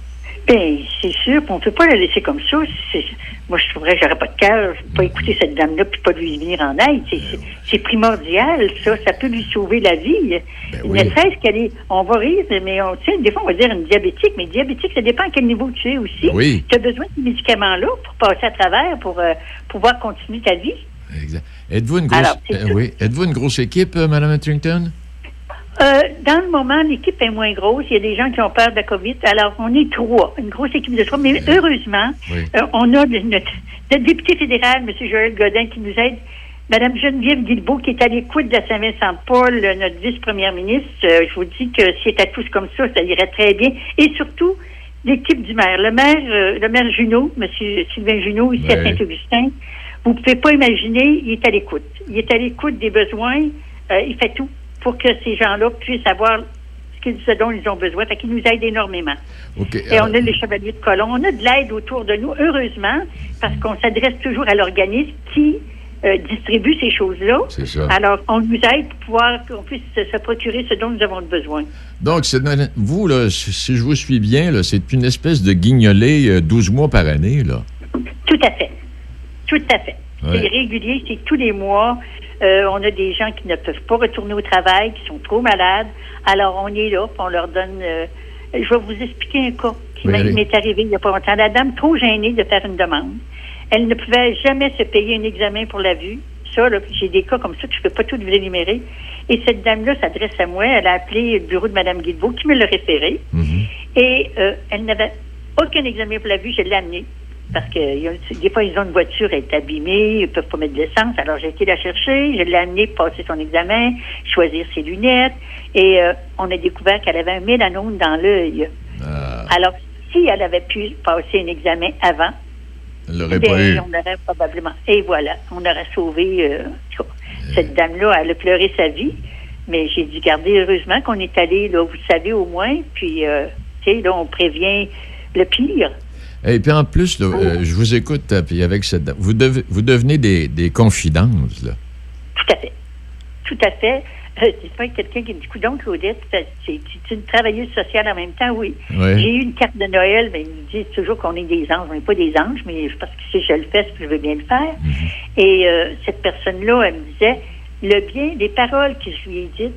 Bien, c'est sûr, on ne peut pas la laisser comme ça. C'est, moi, je trouverais que j'aurais pas de cœur, je ne pas écouter cette dame-là puis pas lui venir en aide. C'est, c'est, c'est primordial, ça. Ça peut lui sauver la vie. Ben oui. Ne serait-ce qu'elle est... On va rire, mais on, tu sais, des fois, on va dire une diabétique, mais diabétique, ça dépend à quel niveau tu es aussi. Oui. Tu as besoin de ces médicaments-là pour passer à travers, pour euh, pouvoir continuer ta vie. Exact. Êtes-vous une grosse, Alors, euh, oui. Êtes-vous une grosse équipe, euh, Mme Hattington? Euh, dans le moment, l'équipe est moins grosse. Il y a des gens qui ont peur de la COVID. Alors, on est trois, une grosse équipe de trois. Mais heureusement, oui. euh, on a le, notre, notre député fédéral, M. Joël Godin, qui nous aide. Mme Geneviève Guilbeault, qui est à l'écoute de la Saint-Vincent-de-Paul, notre vice-première ministre. Euh, je vous dis que si c'était tous comme ça, ça irait très bien. Et surtout, l'équipe du maire. Le maire, euh, le maire Junot, M. Sylvain Junot, ici oui. à Saint-Augustin, vous ne pouvez pas imaginer, il est à l'écoute. Il est à l'écoute des besoins. Euh, il fait tout pour que ces gens-là puissent avoir ce, ce dont ils ont besoin. Fait qu'ils nous aident énormément. Okay, Et euh... on a les chevaliers de colon. On a de l'aide autour de nous, heureusement, parce qu'on s'adresse toujours à l'organisme qui euh, distribue ces choses-là. C'est ça. Alors, on nous aide pour pouvoir qu'on puisse se, se procurer ce dont nous avons besoin. Donc, c'est, vous, là, si je vous suis bien, là, c'est une espèce de guignolée euh, douze mois par année, là. Tout à fait. Tout à fait. Ouais. C'est régulier, c'est tous les mois. Euh, on a des gens qui ne peuvent pas retourner au travail, qui sont trop malades. Alors, on est là, puis on leur donne... Euh, je vais vous expliquer un cas qui oui, m'est arrivé il n'y a pas longtemps. La dame, trop gênée de faire une demande. Elle ne pouvait jamais se payer un examen pour la vue. Ça, là, j'ai des cas comme ça que je ne peux pas tout vous énumérer. Et cette dame-là s'adresse à moi. Elle a appelé le bureau de Mme Guilbeault, qui me l'a référé. Mm-hmm. Et euh, elle n'avait aucun examen pour la vue. Je l'ai amenée. Parce que y a, des fois, ils ont une voiture, elle est abîmée, ils ne peuvent pas mettre de l'essence. Alors, j'ai été la chercher, je l'ai amenée passer son examen, choisir ses lunettes. Et euh, on a découvert qu'elle avait un mélanome dans l'œil. Ah. Alors, si elle avait pu passer un examen avant, elle l'aurait pas eu. On aurait probablement... Et voilà, on aurait sauvé... Euh, cette dame-là, elle a pleuré sa vie. Mais j'ai dû garder, heureusement, qu'on est allé, là, vous savez, au moins. Puis, euh, tu sais, là, on prévient le pire. Et puis en plus, là, euh, je vous écoute, puis avec cette, vous, devez, vous devenez des, des confidences, là. Tout à fait. Tout à fait. Euh, c'est pas quelqu'un qui me dit, coudonc, Claudette, c'est, c'est une travailleuse sociale en même temps, oui. oui. J'ai eu une carte de Noël, mais ils me disent toujours qu'on est des anges. On n'est pas des anges, mais parce que si je le fais, c'est que je veux bien le faire. Mm-hmm. Et euh, cette personne-là, elle me disait, le bien, les paroles que je lui ai dites,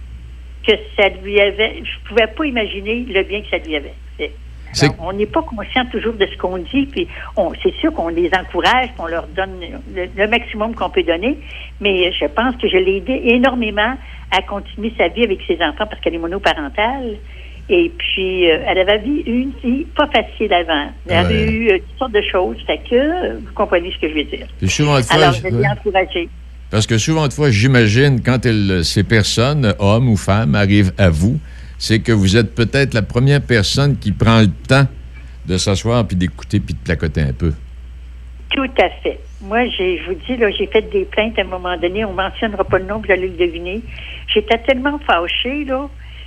que ça lui avait, je pouvais pas imaginer le bien que ça lui avait fait. Alors, on n'est pas conscient toujours de ce qu'on dit, puis on, c'est sûr qu'on les encourage, qu'on leur donne le, le maximum qu'on peut donner, mais je pense que je l'ai aidé énormément à continuer sa vie avec ses enfants parce qu'elle est monoparentale. Et puis, euh, elle avait eu une vie pas facile avant. Elle ouais. avait eu euh, toutes sortes de choses, fait que euh, vous comprenez ce que je veux dire. Puis souvent de fois, Alors, je l'ai ouais. encouragée. Parce que souvent de fois, j'imagine, quand elle, ces personnes, hommes ou femmes, arrivent à vous, c'est que vous êtes peut-être la première personne qui prend le temps de s'asseoir puis d'écouter puis de placoter un peu. Tout à fait. Moi, j'ai, je vous dis, là, j'ai fait des plaintes à un moment donné. On ne mentionnera pas le nom, vous allez le deviner. J'étais tellement fâchée, là.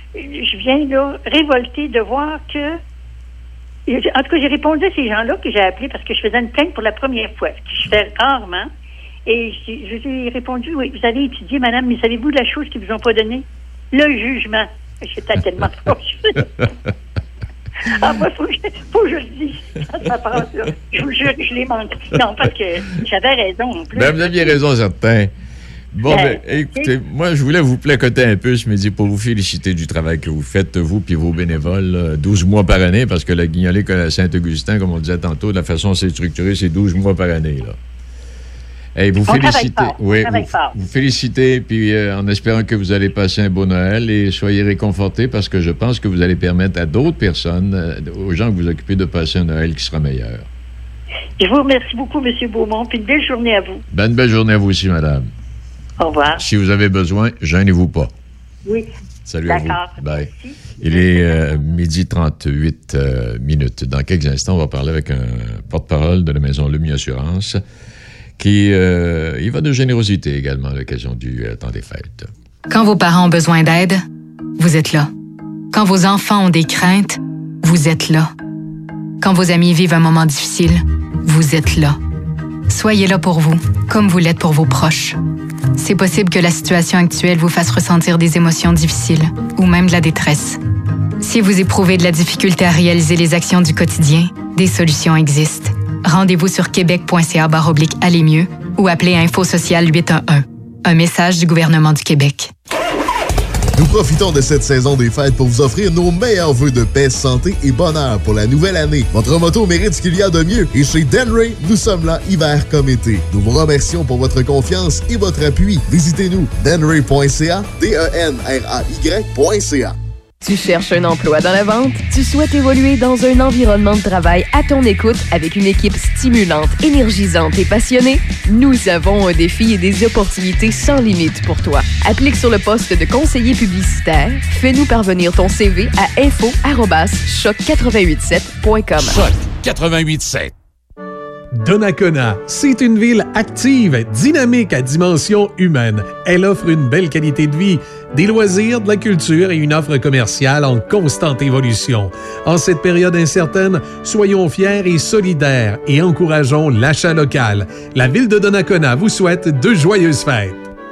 Je viens, là, révoltée de voir que... En tout cas, j'ai répondu à ces gens-là que j'ai appelés parce que je faisais une plainte pour la première fois, ce que je fais rarement. Et je, je lui ai répondu, oui, vous avez étudié, madame, mais savez-vous de la chose qu'ils vous ont pas donnée? Le jugement. J'étais tellement fâchée. Ah, moi, il faut, faut que je le dise. Ça passe, là. Je vous jure que je l'ai manqué. Non, parce que j'avais raison en plus. Ben, vous aviez raison, certain. Bon, ben, ben écoutez, moi, je voulais vous placoter un peu ce midi pour vous féliciter du travail que vous faites, vous puis vos bénévoles, là, douze mois par année, parce que la guignolée à Saint-Augustin, comme on disait tantôt, de la façon dont c'est structuré, c'est douze mois par année, là. Hey, vous on félicitez, fort, oui, vous, vous félicitez, puis euh, en espérant que vous allez passer un beau Noël et soyez réconfortés parce que je pense que vous allez permettre à d'autres personnes, euh, aux gens que vous occupez, de passer un Noël qui sera meilleur. Je vous remercie beaucoup, M. Beaumont, puis une belle journée à vous. Ben, une belle journée à vous aussi, madame. Au revoir. Si vous avez besoin, gênez-vous pas. Oui. Salut à vous. Bye. Il est euh, midi trente-huit euh, minutes. Dans quelques instants, on va parler avec un porte-parole de la maison Lumi Assurance. Qui euh, il va de générosité également à l'occasion du euh, temps des fêtes. Quand vos parents ont besoin d'aide, vous êtes là. Quand vos enfants ont des craintes, vous êtes là. Quand vos amis vivent un moment difficile, vous êtes là. Soyez là pour vous, comme vous l'êtes pour vos proches. C'est possible que la situation actuelle vous fasse ressentir des émotions difficiles ou même de la détresse. Si vous éprouvez de la difficulté à réaliser les actions du quotidien, des solutions existent. Rendez-vous sur québec.ca barre oblique aller mieux ou appelez Info Social huit un un. Un message du gouvernement du Québec. Nous profitons de cette saison des fêtes pour vous offrir nos meilleurs vœux de paix, santé et bonheur pour la nouvelle année. Votre moto mérite ce qu'il y a de mieux et chez Denray, nous sommes là hiver comme été. Nous vous remercions pour votre confiance et votre appui. Visitez-nous denray point c a, D E N R A Y point C A. Tu cherches un emploi dans la vente? Tu souhaites évoluer dans un environnement de travail à ton écoute avec une équipe stimulante, énergisante et passionnée? Nous avons un défi et des opportunités sans limite pour toi. Applique sur le poste de conseiller publicitaire. Fais-nous parvenir ton C V à info arobase choc huit sept point com. Choc quatre-vingt-huit sept. Donnacona, c'est une ville active, dynamique à dimension humaine. Elle offre une belle qualité de vie, des loisirs, de la culture et une offre commerciale en constante évolution. En cette période incertaine, soyons fiers et solidaires et encourageons l'achat local. La ville de Donnacona vous souhaite de joyeuses fêtes.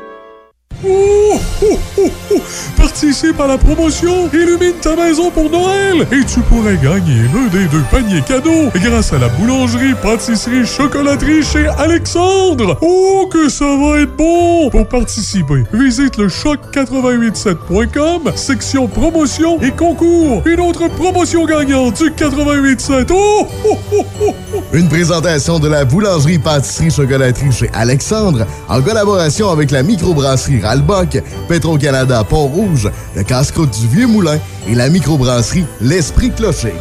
Oh, oh, oh, oh. Participe à la promotion Illumine ta maison pour Noël et tu pourrais gagner l'un des deux paniers cadeaux grâce à la boulangerie, pâtisserie, chocolaterie chez Alexandre. Oh, que ça va être bon! Pour participer, visite le choc quatre-vingt-huit sept point com, section promotion et concours. Une autre promotion gagnante du quatre-vingt-huit sept. Oh, oh, oh, oh, oh. Une présentation de la boulangerie, pâtisserie, chocolaterie chez Alexandre en collaboration avec la microbrasserie Ralbock, Petro-Canada Pont-Rouge, le casse-croûte du Vieux-Moulin et la microbrasserie L'Esprit Clocher.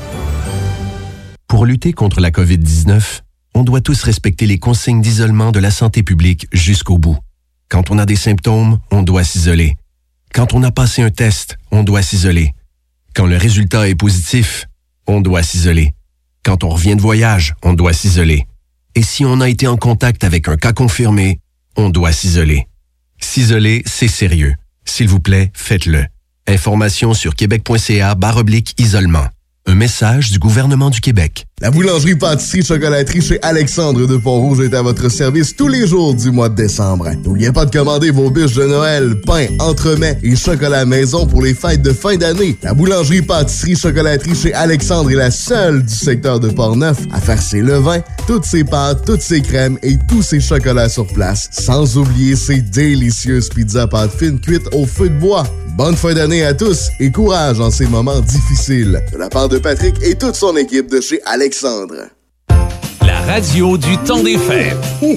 Pour lutter contre la covid dix-neuf, on doit tous respecter les consignes d'isolement de la santé publique jusqu'au bout. Quand on a des symptômes, on doit s'isoler. Quand on a passé un test, on doit s'isoler. Quand le résultat est positif, on doit s'isoler. Quand on revient de voyage, on doit s'isoler. Et si on a été en contact avec un cas confirmé, on doit s'isoler. S'isoler, c'est sérieux. S'il vous plaît, faites-le. Information sur québec.ca barre oblique isolement. Un message du gouvernement du Québec. La boulangerie, pâtisserie, chocolaterie chez Alexandre de Pont-Rouge est à votre service tous les jours du mois de décembre. N'oubliez pas de commander vos bûches de Noël, pain, entremets et chocolat maison pour les fêtes de fin d'année. La boulangerie, pâtisserie, chocolaterie chez Alexandre est la seule du secteur de Portneuf à faire ses levains, toutes ses pâtes, toutes ses crèmes et tous ses chocolats sur place. Sans oublier ses délicieuses pizzas pâtes fines cuites au feu de bois. Bonne fin d'année à tous et courage en ces moments difficiles. De la part de Patrick et toute son équipe de chez Alexandre. La radio du temps des fêtes.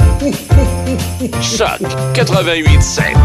Choc quatre-vingt-huit sept.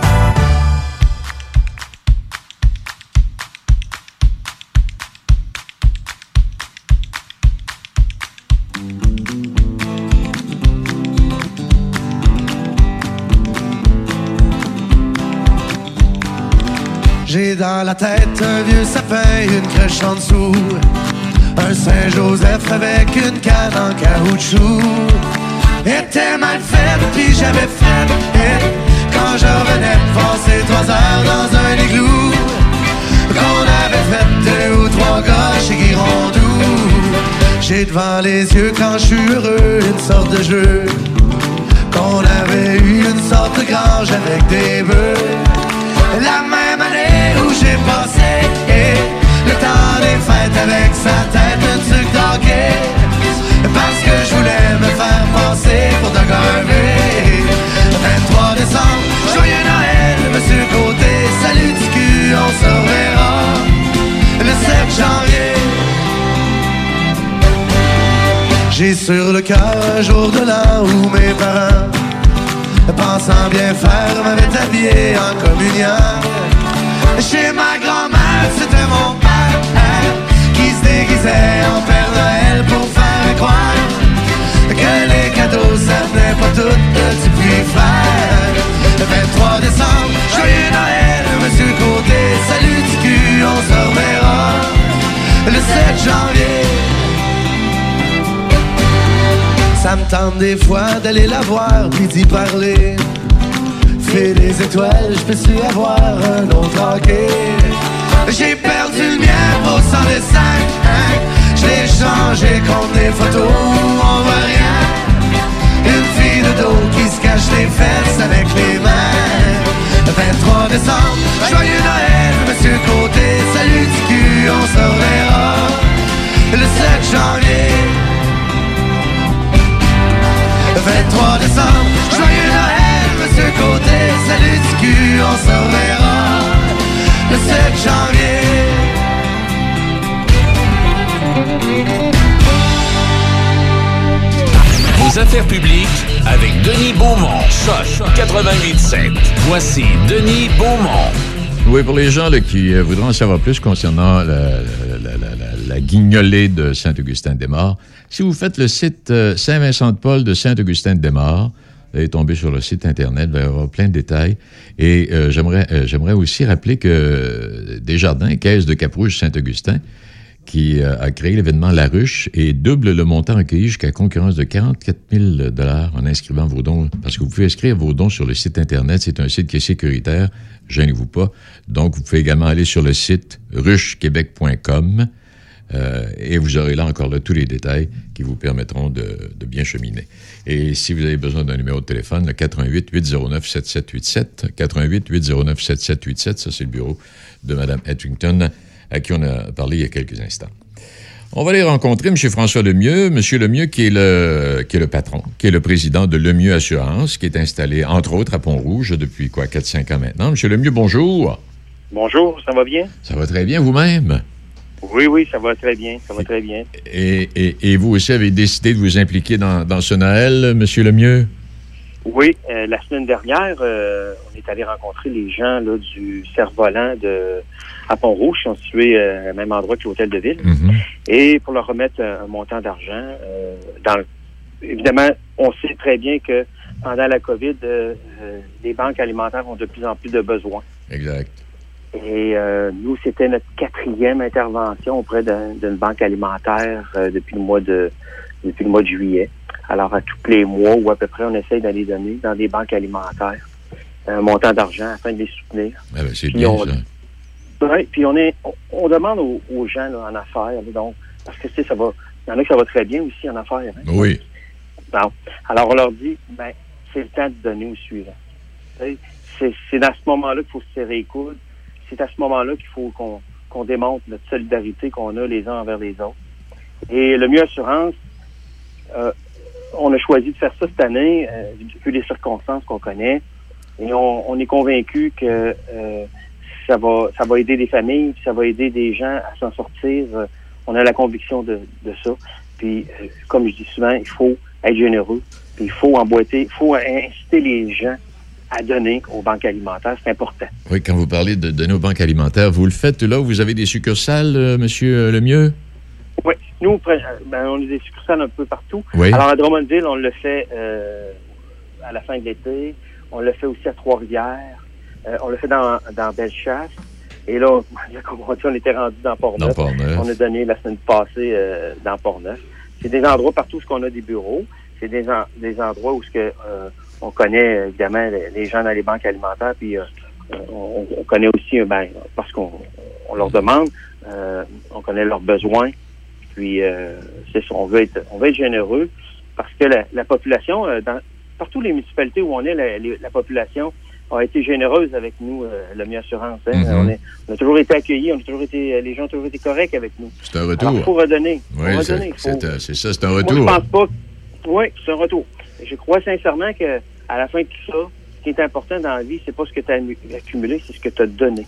J'ai dans la tête un vieux sapin, une crèche en dessous, un Saint-Joseph avec une canne en caoutchouc. Était mal faite, puis j'avais fait et quand je revenais de passer trois heures dans un igloo, qu'on avait fait deux ou trois gars chez Girondou. J'ai devant les yeux quand je suis heureux une sorte de jeu, qu'on avait eu une sorte de grange avec des bœufs. La même année où j'ai passé eh, le temps des fêtes avec sa tête un truc d'hockey, parce que je voulais me faire passer pour Doug Harvey. vingt-trois décembre, joyeux Noël, Monsieur Côté, salut du cul, on se reverra le sept janvier. J'ai sur le cœur un jour de l'an où mes parents, pensant bien faire, m'avait habillé en communion. Chez ma grand-mère, c'était mon père hein, qui se déguisait en Père Noël pour faire croire que les cadeaux, ça venait pas tout du puits frère. Le vingt-trois décembre, joyeux Noël, Monsieur Côté, salut du cul, on se reverra le sept janvier. Ça me tente des fois d'aller la voir puis d'y parler. Fais des étoiles, je peux su avoir un autre hockey. J'ai perdu le mien pour cent cinq hein? je l'ai changé contre des photos, on voit rien. Une fille de dos qui se cache les fesses avec les mains. Le vingt-trois décembre, joyeux Noël, Monsieur Côté, salut du cul, on se reverra le sept janvier. Le vingt-trois décembre, joyeux Noël, Monsieur Côté, salut du cul, on se reverra le sept janvier. Vos affaires publiques avec Denis Beaumont, Choc quatre-vingt-huit sept. Voici Denis Beaumont. Oui, pour les gens là, qui euh, voudront en savoir plus concernant la, la, la, la, la, la guignolée de Saint-Augustin-de-Desmaures, si vous faites le site euh, Saint-Vincent-de-Paul de Saint-Augustin-de-Desmaures, vous allez tomber sur le site Internet, vous allez avoir plein de détails. Et euh, j'aimerais, euh, j'aimerais aussi rappeler que euh, Desjardins, Caisse de Cap-Rouge Saint-Augustin, qui euh, a créé l'événement La Ruche et double le montant recueilli jusqu'à concurrence de quarante-quatre mille dollars en inscrivant vos dons. Parce que vous pouvez inscrire vos dons sur le site Internet. C'est un site qui est sécuritaire. Gênez-vous pas. Donc, vous pouvez également aller sur le site ruche québec point com euh, et vous aurez là encore là tous les détails qui vous permettront de, de bien cheminer. Et si vous avez besoin d'un numéro de téléphone, le quatre un huit, huit zéro neuf, sept sept huit sept, quatre un huit, huit zéro neuf, sept sept huit sept, ça c'est le bureau de Mme Edrington, à qui on a parlé il y a quelques instants. On va aller rencontrer M. François Lemieux. M. Lemieux, qui est le, qui est le patron, qui est le président de Lemieux Assurance, qui est installé, entre autres, à Pont-Rouge depuis, quoi, quatre cinq ans maintenant. M. Lemieux, bonjour. Bonjour, ça va bien? Ça va très bien, vous-même? Oui, oui, ça va très bien, ça va très bien. Et, et, et vous aussi avez décidé de vous impliquer dans, dans ce Noël, M. Lemieux? Oui, euh, la semaine dernière, euh, on est allé rencontrer les gens là, du Cerf-Volant de, à Pont-Rouge, qui sont situés euh, au même endroit que l'hôtel de ville, mm-hmm. et pour leur remettre un, un montant d'argent. Euh, dans le, évidemment, on sait très bien que pendant la COVID, euh, euh, les banques alimentaires ont de plus en plus de besoins. Exact. Et euh, nous, c'était notre quatrième intervention auprès d'un, d'une banque alimentaire euh, depuis le mois de depuis le mois de juillet. Alors, à tous les mois, ou à peu près, on essaye d'aller donner dans des banques alimentaires un montant d'argent afin de les soutenir. Ah ben, c'est puis bien, on, ça. Oui, puis on est, on, on demande aux, aux gens là, en affaires, donc, parce que, tu sais, ça va, il y en a que ça va très bien aussi en affaires. Hein? Oui. Bon. Alors, on leur dit, ben, c'est le temps de donner au suivant. C'est, c'est à ce moment-là qu'il faut se serrer les coudes. C'est à ce moment-là qu'il faut qu'on, qu'on démontre notre solidarité qu'on a les uns envers les autres. Et le Mieux Assurance, euh, on a choisi de faire ça cette année, euh, vu les circonstances qu'on connaît. Et on, on est convaincu que euh, ça va ça va aider des familles, puis ça va aider des gens à s'en sortir. Euh, on a la conviction de, de ça. Puis, euh, comme je dis souvent, il faut être généreux. Puis, il faut emboîter, il faut inciter les gens à donner aux banques alimentaires. C'est important. Oui, quand vous parlez de donner aux banques alimentaires, vous le faites là où vous avez des succursales, euh, Monsieur Lemieux? Oui. Nous, ben, on a des succursales un peu partout. Oui. Alors, à Drummondville, on le fait euh, à la fin de l'été. On le fait aussi à Trois-Rivières. Euh, on le fait dans, dans Bellechasse. Et là, comme on dit, on était rendu dans Port-Neuf. Dans Port-Neuf. On a donné la semaine passée euh, dans Port-Neuf. C'est des endroits partout où on a des bureaux. C'est des, en, des endroits où ce que, euh, on connaît, évidemment, les, les gens dans les banques alimentaires. Puis, euh, on, on connaît aussi, ben, parce qu'on on leur demande, euh, on connaît leurs besoins. Puis, euh, c'est ça, on veut être, on veut être généreux parce que la, la population, euh, dans partout les municipalités où on est, la, la population a été généreuse avec nous, euh, le Mieux Assurance. Hein? Mm-hmm. on, est, on a toujours été accueillis, on a toujours été, les gens ont toujours été corrects avec nous. C'est un retour. Alors, il faut redonner. Oui, faut c'est, redonner. Faut... c'est, c'est ça, c'est un retour. Moi, je pense pas. Oui, c'est un retour. Je crois sincèrement que à la fin de tout ça, ce qui est important dans la vie, c'est pas ce que tu as accumulé, c'est ce que tu as donné.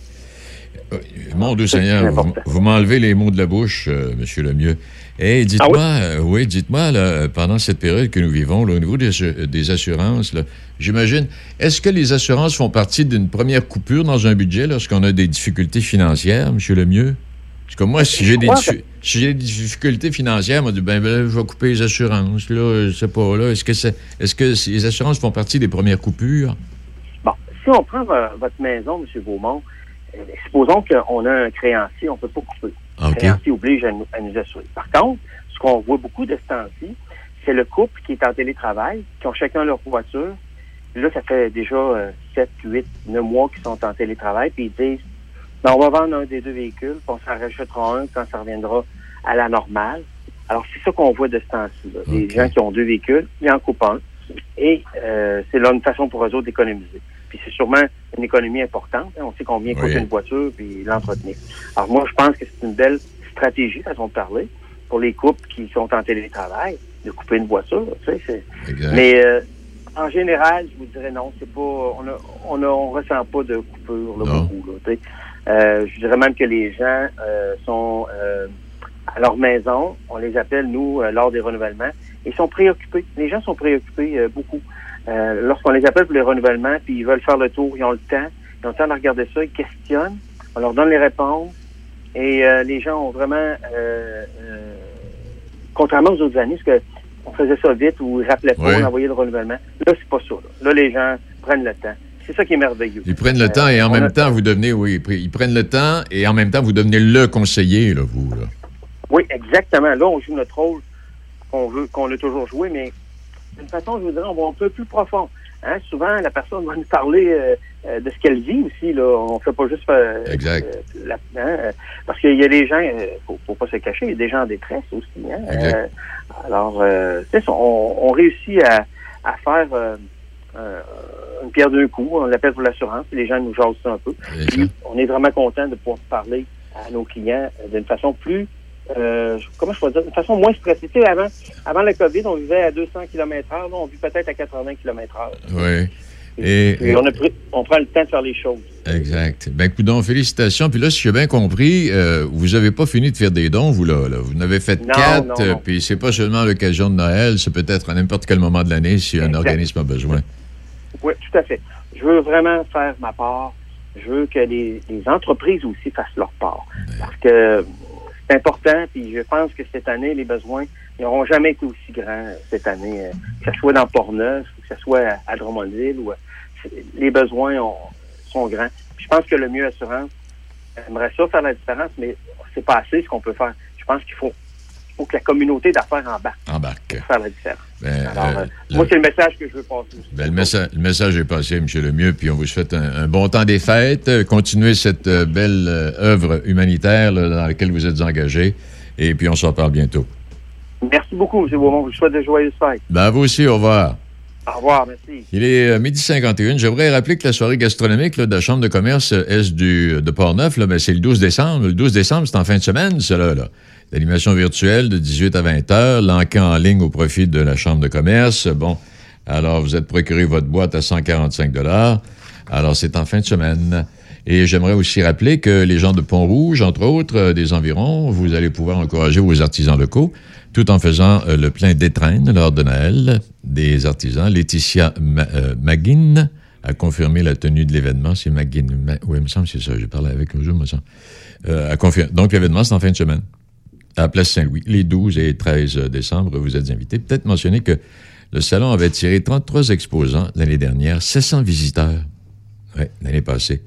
Mon Dieu Seigneur, vous, vous m'enlevez les mots de la bouche, euh, M. Lemieux. Et hey, dites-moi, ah oui? Euh, oui, dites-moi, là, pendant cette période que nous vivons, là, au niveau des, des assurances, là, j'imagine, est-ce que les assurances font partie d'une première coupure dans un budget lorsqu'on a des difficultés financières, M. Lemieux? Parce que moi, si j'ai des, diffi- si j'ai des difficultés financières, on m'a dit, ben, ben, je vais couper les assurances, là, je sais pas, là. Est-ce que, c'est, est-ce que les assurances font partie des premières coupures? Bon, si on prend v- votre maison, M. Beaumont, euh, supposons qu'on a un créancier, on ne peut pas couper. Okay. Le créancier oblige à nous, à nous assurer. Par contre, ce qu'on voit beaucoup de ce temps-ci, c'est le couple qui est en télétravail, qui ont chacun leur voiture. Là, ça fait déjà euh, sept, huit, neuf mois qu'ils sont en télétravail, puis ils disent, ben, on va vendre un des deux véhicules, puis on s'en rachètera un quand ça reviendra à la normale. Alors, c'est ça qu'on voit de ce temps-ci. Là. Okay. Des gens qui ont deux véhicules, ils en coupent un. Et euh, c'est là une façon pour eux autres d'économiser. Puis c'est sûrement une économie importante. Hein. On sait combien coûte Oui. une voiture puis l'entretenir. Alors moi, je pense que c'est une belle stratégie, façon de parler, pour les couples qui sont en télétravail, de couper une voiture. Tu sais, c'est... Exact. Mais euh, en général, je vous dirais non, c'est pas, on a, on a, on ressent pas de coupure là, beaucoup. Là, tu sais. euh, je dirais même que les gens euh, sont euh, à leur maison. On les appelle nous euh, lors des renouvellements. Ils sont préoccupés. Les gens sont préoccupés euh, beaucoup. Euh, lorsqu'on les appelle pour les renouvellements, puis ils veulent faire le tour, ils ont le temps, ils ont le temps de regarder ça, ils questionnent, on leur donne les réponses, et euh, les gens ont vraiment, euh, euh, contrairement aux autres années, parce que on faisait ça vite ou ils rappelaient pas, Oui. on envoyait le renouvellement. Là, c'est pas ça. Là, là les gens prennent le temps. C'est ça qui est merveilleux. Ils prennent le Euh, temps et en on même a- temps, vous devenez, oui, ils prennent le temps et en même temps, vous devenez le conseiller, là, vous, là. Oui, exactement. Là, on joue notre rôle qu'on veut, qu'on a toujours joué, mais d'une façon, je vous dirais, on va un peu plus profond. Hein? Souvent, la personne va nous parler euh, euh, de ce qu'elle vit aussi. Là, on fait pas juste euh, Exact. euh, la- hein, euh, parce qu'il y a des gens, euh, faut, faut pas se cacher, il y a des gens en détresse aussi. Hein? Exact. Euh, alors, euh, c'est ça, on, on réussit à, à faire euh, euh, une pierre d'un coup. On l'appelle pour l'assurance. Puis les gens nous jasent ça un peu. Puis, on est vraiment content de pouvoir parler à nos clients euh, d'une façon plus Euh, comment je peux dire, de façon moins stressée. Tu sais, avant, avant le COVID, on vivait à deux cents kilomètres heure, là, on vit peut-être à quatre-vingts kilomètres heure. Oui. Et, Et on, a pris, on prend le temps de faire les choses. Exact. Ben, coudonc, félicitations. Puis là, si j'ai bien compris, euh, vous n'avez pas fini de faire des dons, vous, là. là. Vous en avez fait Non, quatre, non, non. euh, puis c'est pas seulement à l'occasion de Noël, c'est peut-être à n'importe quel moment de l'année si un Exact. organisme a besoin. Oui, tout à fait. Je veux vraiment faire ma part. Je veux que les, les entreprises aussi fassent leur part. Parce que c'est important, puis je pense que cette année, les besoins n'auront jamais été aussi grands cette année. euh, Que ce soit dans Port-Neuf, que ce soit à, à Drummondville, ou, euh, les besoins ont- sont grands. Puis je pense que le Mieux Assurance aimerait ça faire la différence, mais c'est pas assez ce qu'on peut faire. Je pense qu'il faut, faut que la communauté d'affaires embarque Embarque. pour faire la différence. Ben, Alors, euh, euh, le- moi, c'est le message que je veux passer aussi. Ben, le, messa- le message est passé, M. Lemieux, puis on vous souhaite un, un bon temps des fêtes. Euh, Continuez cette euh, belle euh, œuvre humanitaire là, dans laquelle vous êtes engagé. Et puis, on se reparle bientôt. Merci beaucoup, M. Beaumont. Je vous souhaite de joyeuses fêtes. Ben, à vous aussi, au revoir. Au revoir, merci. Il est euh, midi cinquante et un. J'aimerais rappeler que la soirée gastronomique là, de la Chambre de commerce euh, Est du, de Port-Neuf, là, ben, c'est le douze décembre. Le douze décembre, c'est en fin de semaine, cela. Là. L'animation virtuelle de dix-huit à vingt heures, l'enquête en ligne au profit de la Chambre de commerce. Bon, alors vous êtes procuré votre boîte à cent quarante-cinq dollars. Alors, c'est en fin de semaine. Et j'aimerais aussi rappeler que les gens de Pont-Rouge, entre autres, euh, des environs, vous allez pouvoir encourager vos artisans locaux tout en faisant euh, le plein d'étrennes lors de Noël des artisans. Laetitia Ma- euh, Maguin a confirmé la tenue de l'événement. C'est Maguin. Ma- oui, il me semble que c'est ça. J'ai parlé avec eux, il me semble. Euh, a confirmé. Donc, l'événement, c'est en fin de semaine à la Place Saint-Louis. Les douze et treize décembre, vous êtes invités. Peut-être mentionner que le salon avait tiré trente-trois exposants l'année dernière, sept cents visiteurs. Oui, l'année passée.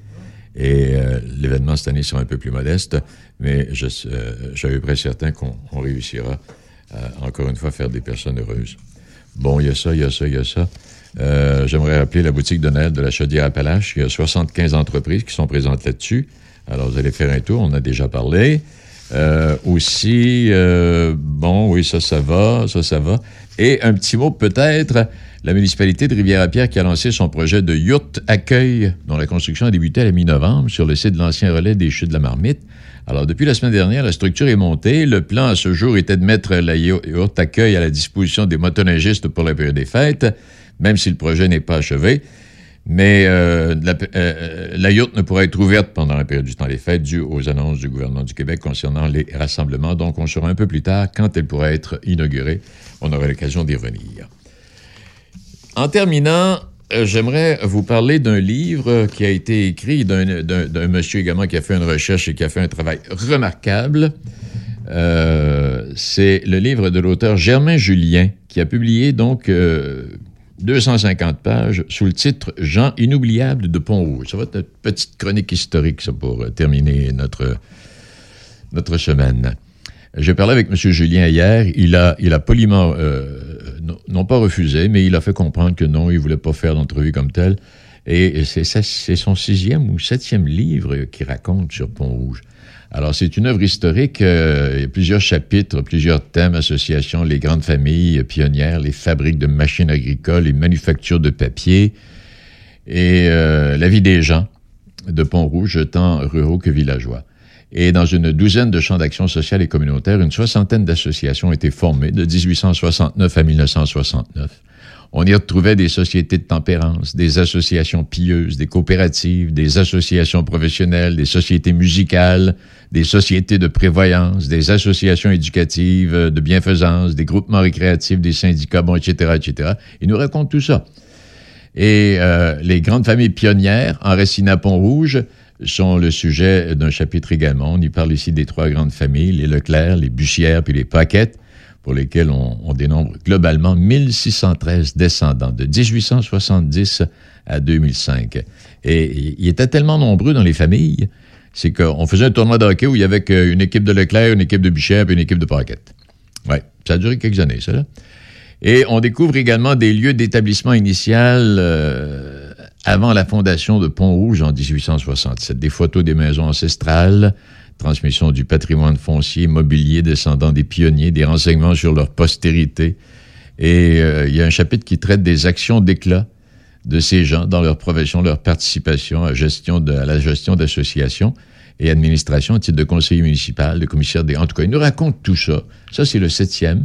Et euh, l'événement cette année sera un peu plus modeste, mais je, euh, je suis à peu près certain qu'on on réussira à, encore une fois, faire des personnes heureuses. Bon, il y a ça, il y a ça, il y a ça. Euh, j'aimerais rappeler la boutique de Noël de la Chaudière-Appalaches. Il y a soixante-quinze entreprises qui sont présentes là-dessus. Alors, vous allez faire un tour, on a déjà parlé. Euh, aussi, euh, bon, oui, ça, ça va, ça, ça va. Et un petit mot peut-être, la municipalité de Rivière-à-Pierre qui a lancé son projet de yourte accueil, dont la construction a débuté à la mi-novembre sur le site de l'ancien relais des Chutes de la Marmite. Alors, depuis la semaine dernière, la structure est montée. Le plan à ce jour était de mettre la yourte accueil à la disposition des motoneigistes pour la période des fêtes, même si le projet n'est pas achevé. Mais euh, la, euh, la yourte ne pourra être ouverte pendant la période du temps des fêtes due aux annonces du gouvernement du Québec concernant les rassemblements. Donc, on saura un peu plus tard quand elle pourra être inaugurée. On aura l'occasion d'y revenir. En terminant, euh, j'aimerais vous parler d'un livre qui a été écrit d'un, d'un, d'un monsieur également qui a fait une recherche et qui a fait un travail remarquable. Euh, c'est le livre de l'auteur Germain Julien qui a publié donc... Euh, deux cent cinquante pages sous le titre « Gens inoubliables de Pont-Rouge ». Ça va être notre petite chronique historique, ça, pour euh, terminer notre, notre semaine. J'ai parlé avec M. Julien hier. Il a, il a poliment, euh, non, non pas refusé, mais il a fait comprendre que non, il ne voulait pas faire d'entrevue comme telle. Et c'est, c'est son sixième ou septième livre qu'il raconte sur Pont-Rouge. Alors, c'est une œuvre historique. Euh, il y a plusieurs chapitres, plusieurs thèmes, associations, les grandes familles pionnières, les fabriques de machines agricoles, les manufactures de papier et euh, la vie des gens de Pont-Rouge, tant ruraux que villageois. Et dans une douzaine de champs d'action sociale et communautaire, une soixantaine d'associations ont été formées de dix-huit cent soixante-neuf à mille neuf cent soixante-neuf. On y retrouvait des sociétés de tempérance, des associations pieuses, des coopératives, des associations professionnelles, des sociétés musicales, des sociétés de prévoyance, des associations éducatives, de bienfaisance, des groupements récréatifs, des syndicats, bon, et cetera, et cetera. Ils nous racontent tout ça. Et euh, les grandes familles pionnières, enracinées à Pont-Rouge, sont le sujet d'un chapitre également. On y parle ici des trois grandes familles, les Leclerc, les Bussière puis les Paquette, pour lesquels on, on dénombre globalement mille six cent treize descendants, de dix-huit cent soixante-dix à deux mille cinq. Et ils étaient tellement nombreux dans les familles, c'est qu'on faisait un tournoi de hockey où il y avait une équipe de Leclerc, une équipe de Bussière et une équipe de Paquette. Oui, ça a duré quelques années, ça, là. Et on découvre également des lieux d'établissement initial euh, avant la fondation de Pont-Rouge en dix-huit cent soixante-sept. Des photos des maisons ancestrales, transmission du patrimoine foncier, mobilier descendant des pionniers, des renseignements sur leur postérité. Et euh, il y a un chapitre qui traite des actions d'éclat de ces gens dans leur profession, leur participation à, gestion de, à la gestion d'associations et administration à titre de conseiller municipal, de commissaire des... En tout cas, il nous raconte tout ça. Ça, c'est le septième.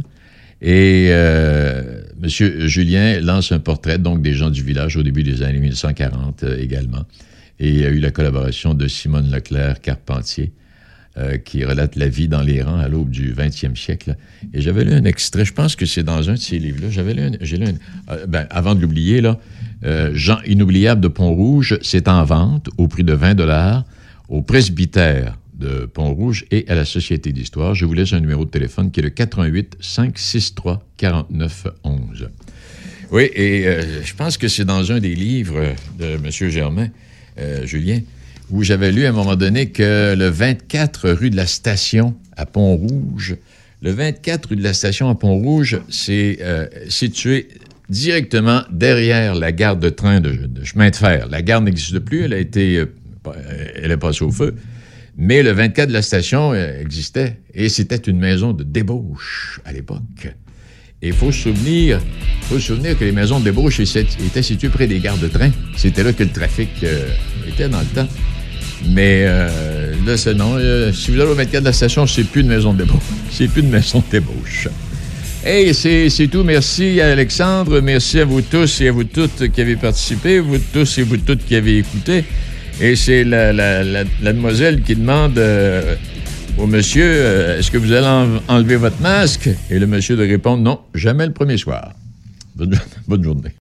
Et euh, M. Julien lance un portrait donc des gens du village au début des années mille neuf cent quarante euh, également. Et il y a eu la collaboration de Simone Leclerc-Carpentier euh, qui relate la vie dans les rangs à l'aube du vingtième siècle. Et j'avais lu un extrait, je pense que c'est dans un de ces livres-là. J'avais lu un, j'ai lu un, euh, ben, avant de l'oublier, là, euh, Jean inoubliable de Pont-Rouge, c'est en vente au prix de vingt dollars au presbytère de Pont-Rouge et à la Société d'histoire. Je vous laisse un numéro de téléphone qui est le quatre un huit, cinq six trois, quatre neuf un un. Oui, et euh, je pense que c'est dans un des livres de M. Germain, euh, Julien, où j'avais lu à un moment donné que le vingt-quatre rue de la Station à Pont-Rouge, le vingt-quatre rue de la Station à Pont-Rouge, c'est euh, situé directement derrière la gare de train de, de chemin de fer. La gare n'existe plus, elle a été, euh, elle est passée au feu. Mais le vingt-quatre de la station euh, existait et c'était une maison de débauche à l'époque. Et il faut se souvenir, faut se souvenir que les maisons de débauche étaient situées près des gares de train. C'était là que le trafic euh, était dans le temps. Mais euh, là, c'est non. Euh, si vous allez au vingt-quatre de la station, c'est plus une maison de débauche. C'est plus une maison de débauche. Hey, c'est, c'est tout. Merci à Alexandre. Merci à vous tous et à vous toutes qui avez participé. Vous tous et vous toutes qui avez écouté. Et c'est la, la, la, la demoiselle qui demande euh, au monsieur, euh, est-ce que vous allez en, enlever votre masque? Et le monsieur de répondre, non, jamais le premier soir. Bonne, bonne journée.